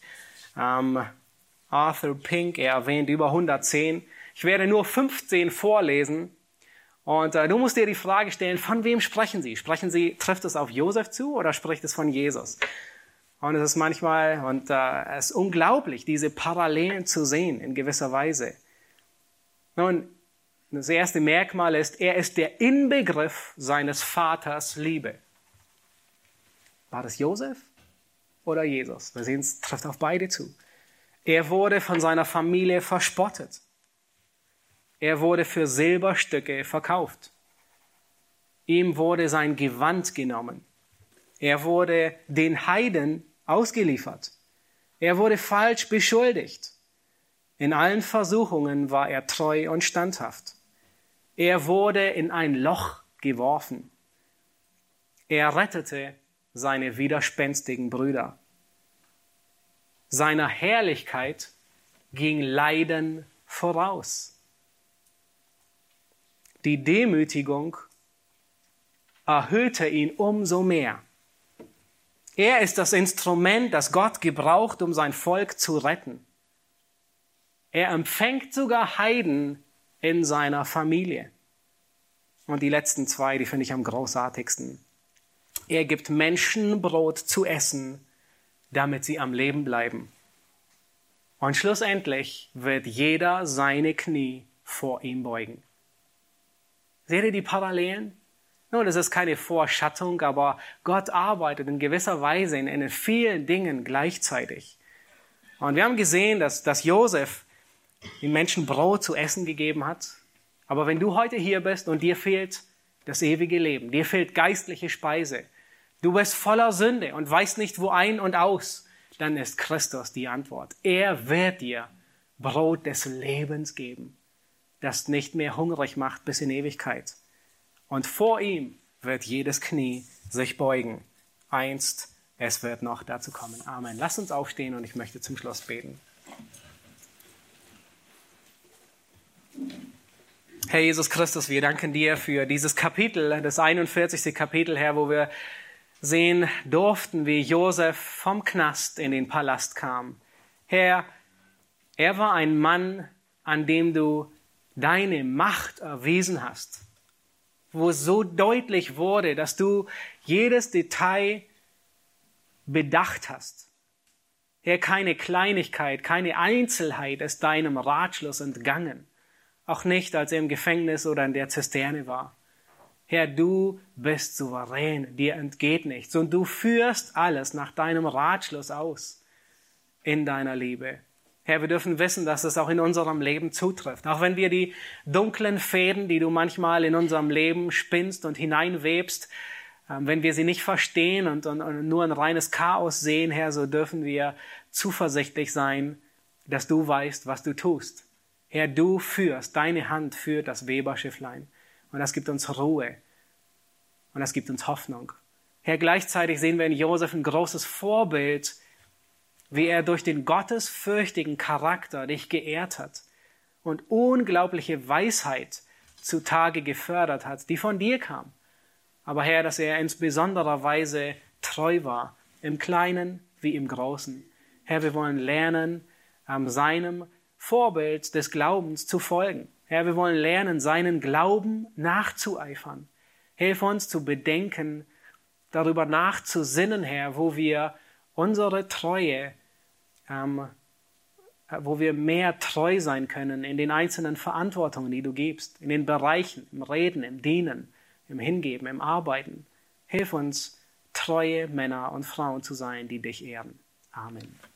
Arthur Pink, er erwähnt über 110. Ich werde nur 15 vorlesen. Und du musst dir die Frage stellen, von wem sprechen sie? Trifft es auf Josef zu oder spricht es von Jesus? Und es ist manchmal, es ist unglaublich, diese Parallelen zu sehen in gewisser Weise. Nun, das erste Merkmal ist, er ist der Inbegriff seines Vaters Liebe. War das Josef oder Jesus? Wir sehen, es trifft auf beide zu. Er wurde von seiner Familie verspottet. Er wurde für Silberstücke verkauft. Ihm wurde sein Gewand genommen. Er wurde den Heiden ausgeliefert. Er wurde falsch beschuldigt. In allen Versuchungen war er treu und standhaft. Er wurde in ein Loch geworfen. Er rettete seine widerspenstigen Brüder. Seiner Herrlichkeit ging Leiden voraus. Die Demütigung erhöhte ihn umso mehr. Er ist das Instrument, das Gott gebraucht, um sein Volk zu retten. Er empfängt sogar Heiden in seiner Familie. Und die letzten 2, die finde ich am großartigsten. Er gibt Menschen Brot zu essen, damit sie am Leben bleiben. Und schlussendlich wird jeder seine Knie vor ihm beugen. Seht ihr die Parallelen? Nun, das ist keine Vorschattung, aber Gott arbeitet in gewisser Weise in vielen Dingen gleichzeitig. Und wir haben gesehen, dass Josef den Menschen Brot zu essen gegeben hat. Aber wenn du heute hier bist und dir fehlt das ewige Leben, dir fehlt geistliche Speise, du bist voller Sünde und weißt nicht wo ein und aus, dann ist Christus die Antwort. Er wird dir Brot des Lebens geben, das nicht mehr hungrig macht bis in Ewigkeit. Und vor ihm wird jedes Knie sich beugen. Einst, es wird noch dazu kommen. Amen. Lass uns aufstehen und ich möchte zum Schluss beten. Herr Jesus Christus, wir danken dir für dieses Kapitel, das 41. Kapitel, Herr, wo wir sehen durften, wie Josef vom Knast in den Palast kam. Herr, er war ein Mann, an dem du deine Macht erwiesen hast, wo es so deutlich wurde, dass du jedes Detail bedacht hast. Herr, keine Kleinigkeit, keine Einzelheit ist deinem Ratschluss entgangen. Auch nicht, als er im Gefängnis oder in der Zisterne war. Herr, du bist souverän, dir entgeht nichts und du führst alles nach deinem Ratschluss aus in deiner Liebe. Herr, wir dürfen wissen, dass es auch in unserem Leben zutrifft. Auch wenn wir die dunklen Fäden, die du manchmal in unserem Leben spinnst und hineinwebst, wenn wir sie nicht verstehen und nur ein reines Chaos sehen, Herr, so dürfen wir zuversichtlich sein, dass du weißt, was du tust. Herr, du führst, deine Hand führt das Weberschifflein. Und das gibt uns Ruhe. Und das gibt uns Hoffnung. Herr, gleichzeitig sehen wir in Josef ein großes Vorbild, wie er durch den gottesfürchtigen Charakter dich geehrt hat und unglaubliche Weisheit zutage gefördert hat, die von dir kam. Aber Herr, dass er in besonderer Weise treu war, im Kleinen wie im Großen. Herr, wir wollen lernen, seinem Vorbild des Glaubens zu folgen. Herr, wir wollen lernen, seinen Glauben nachzueifern. Hilf uns zu bedenken, darüber nachzusinnen, Herr, wo wir unsere Treue, wo wir mehr treu sein können in den einzelnen Verantwortungen, die du gibst, in den Bereichen, im Reden, im Dienen, im Hingeben, im Arbeiten. Hilf uns, treue Männer und Frauen zu sein, die dich ehren. Amen.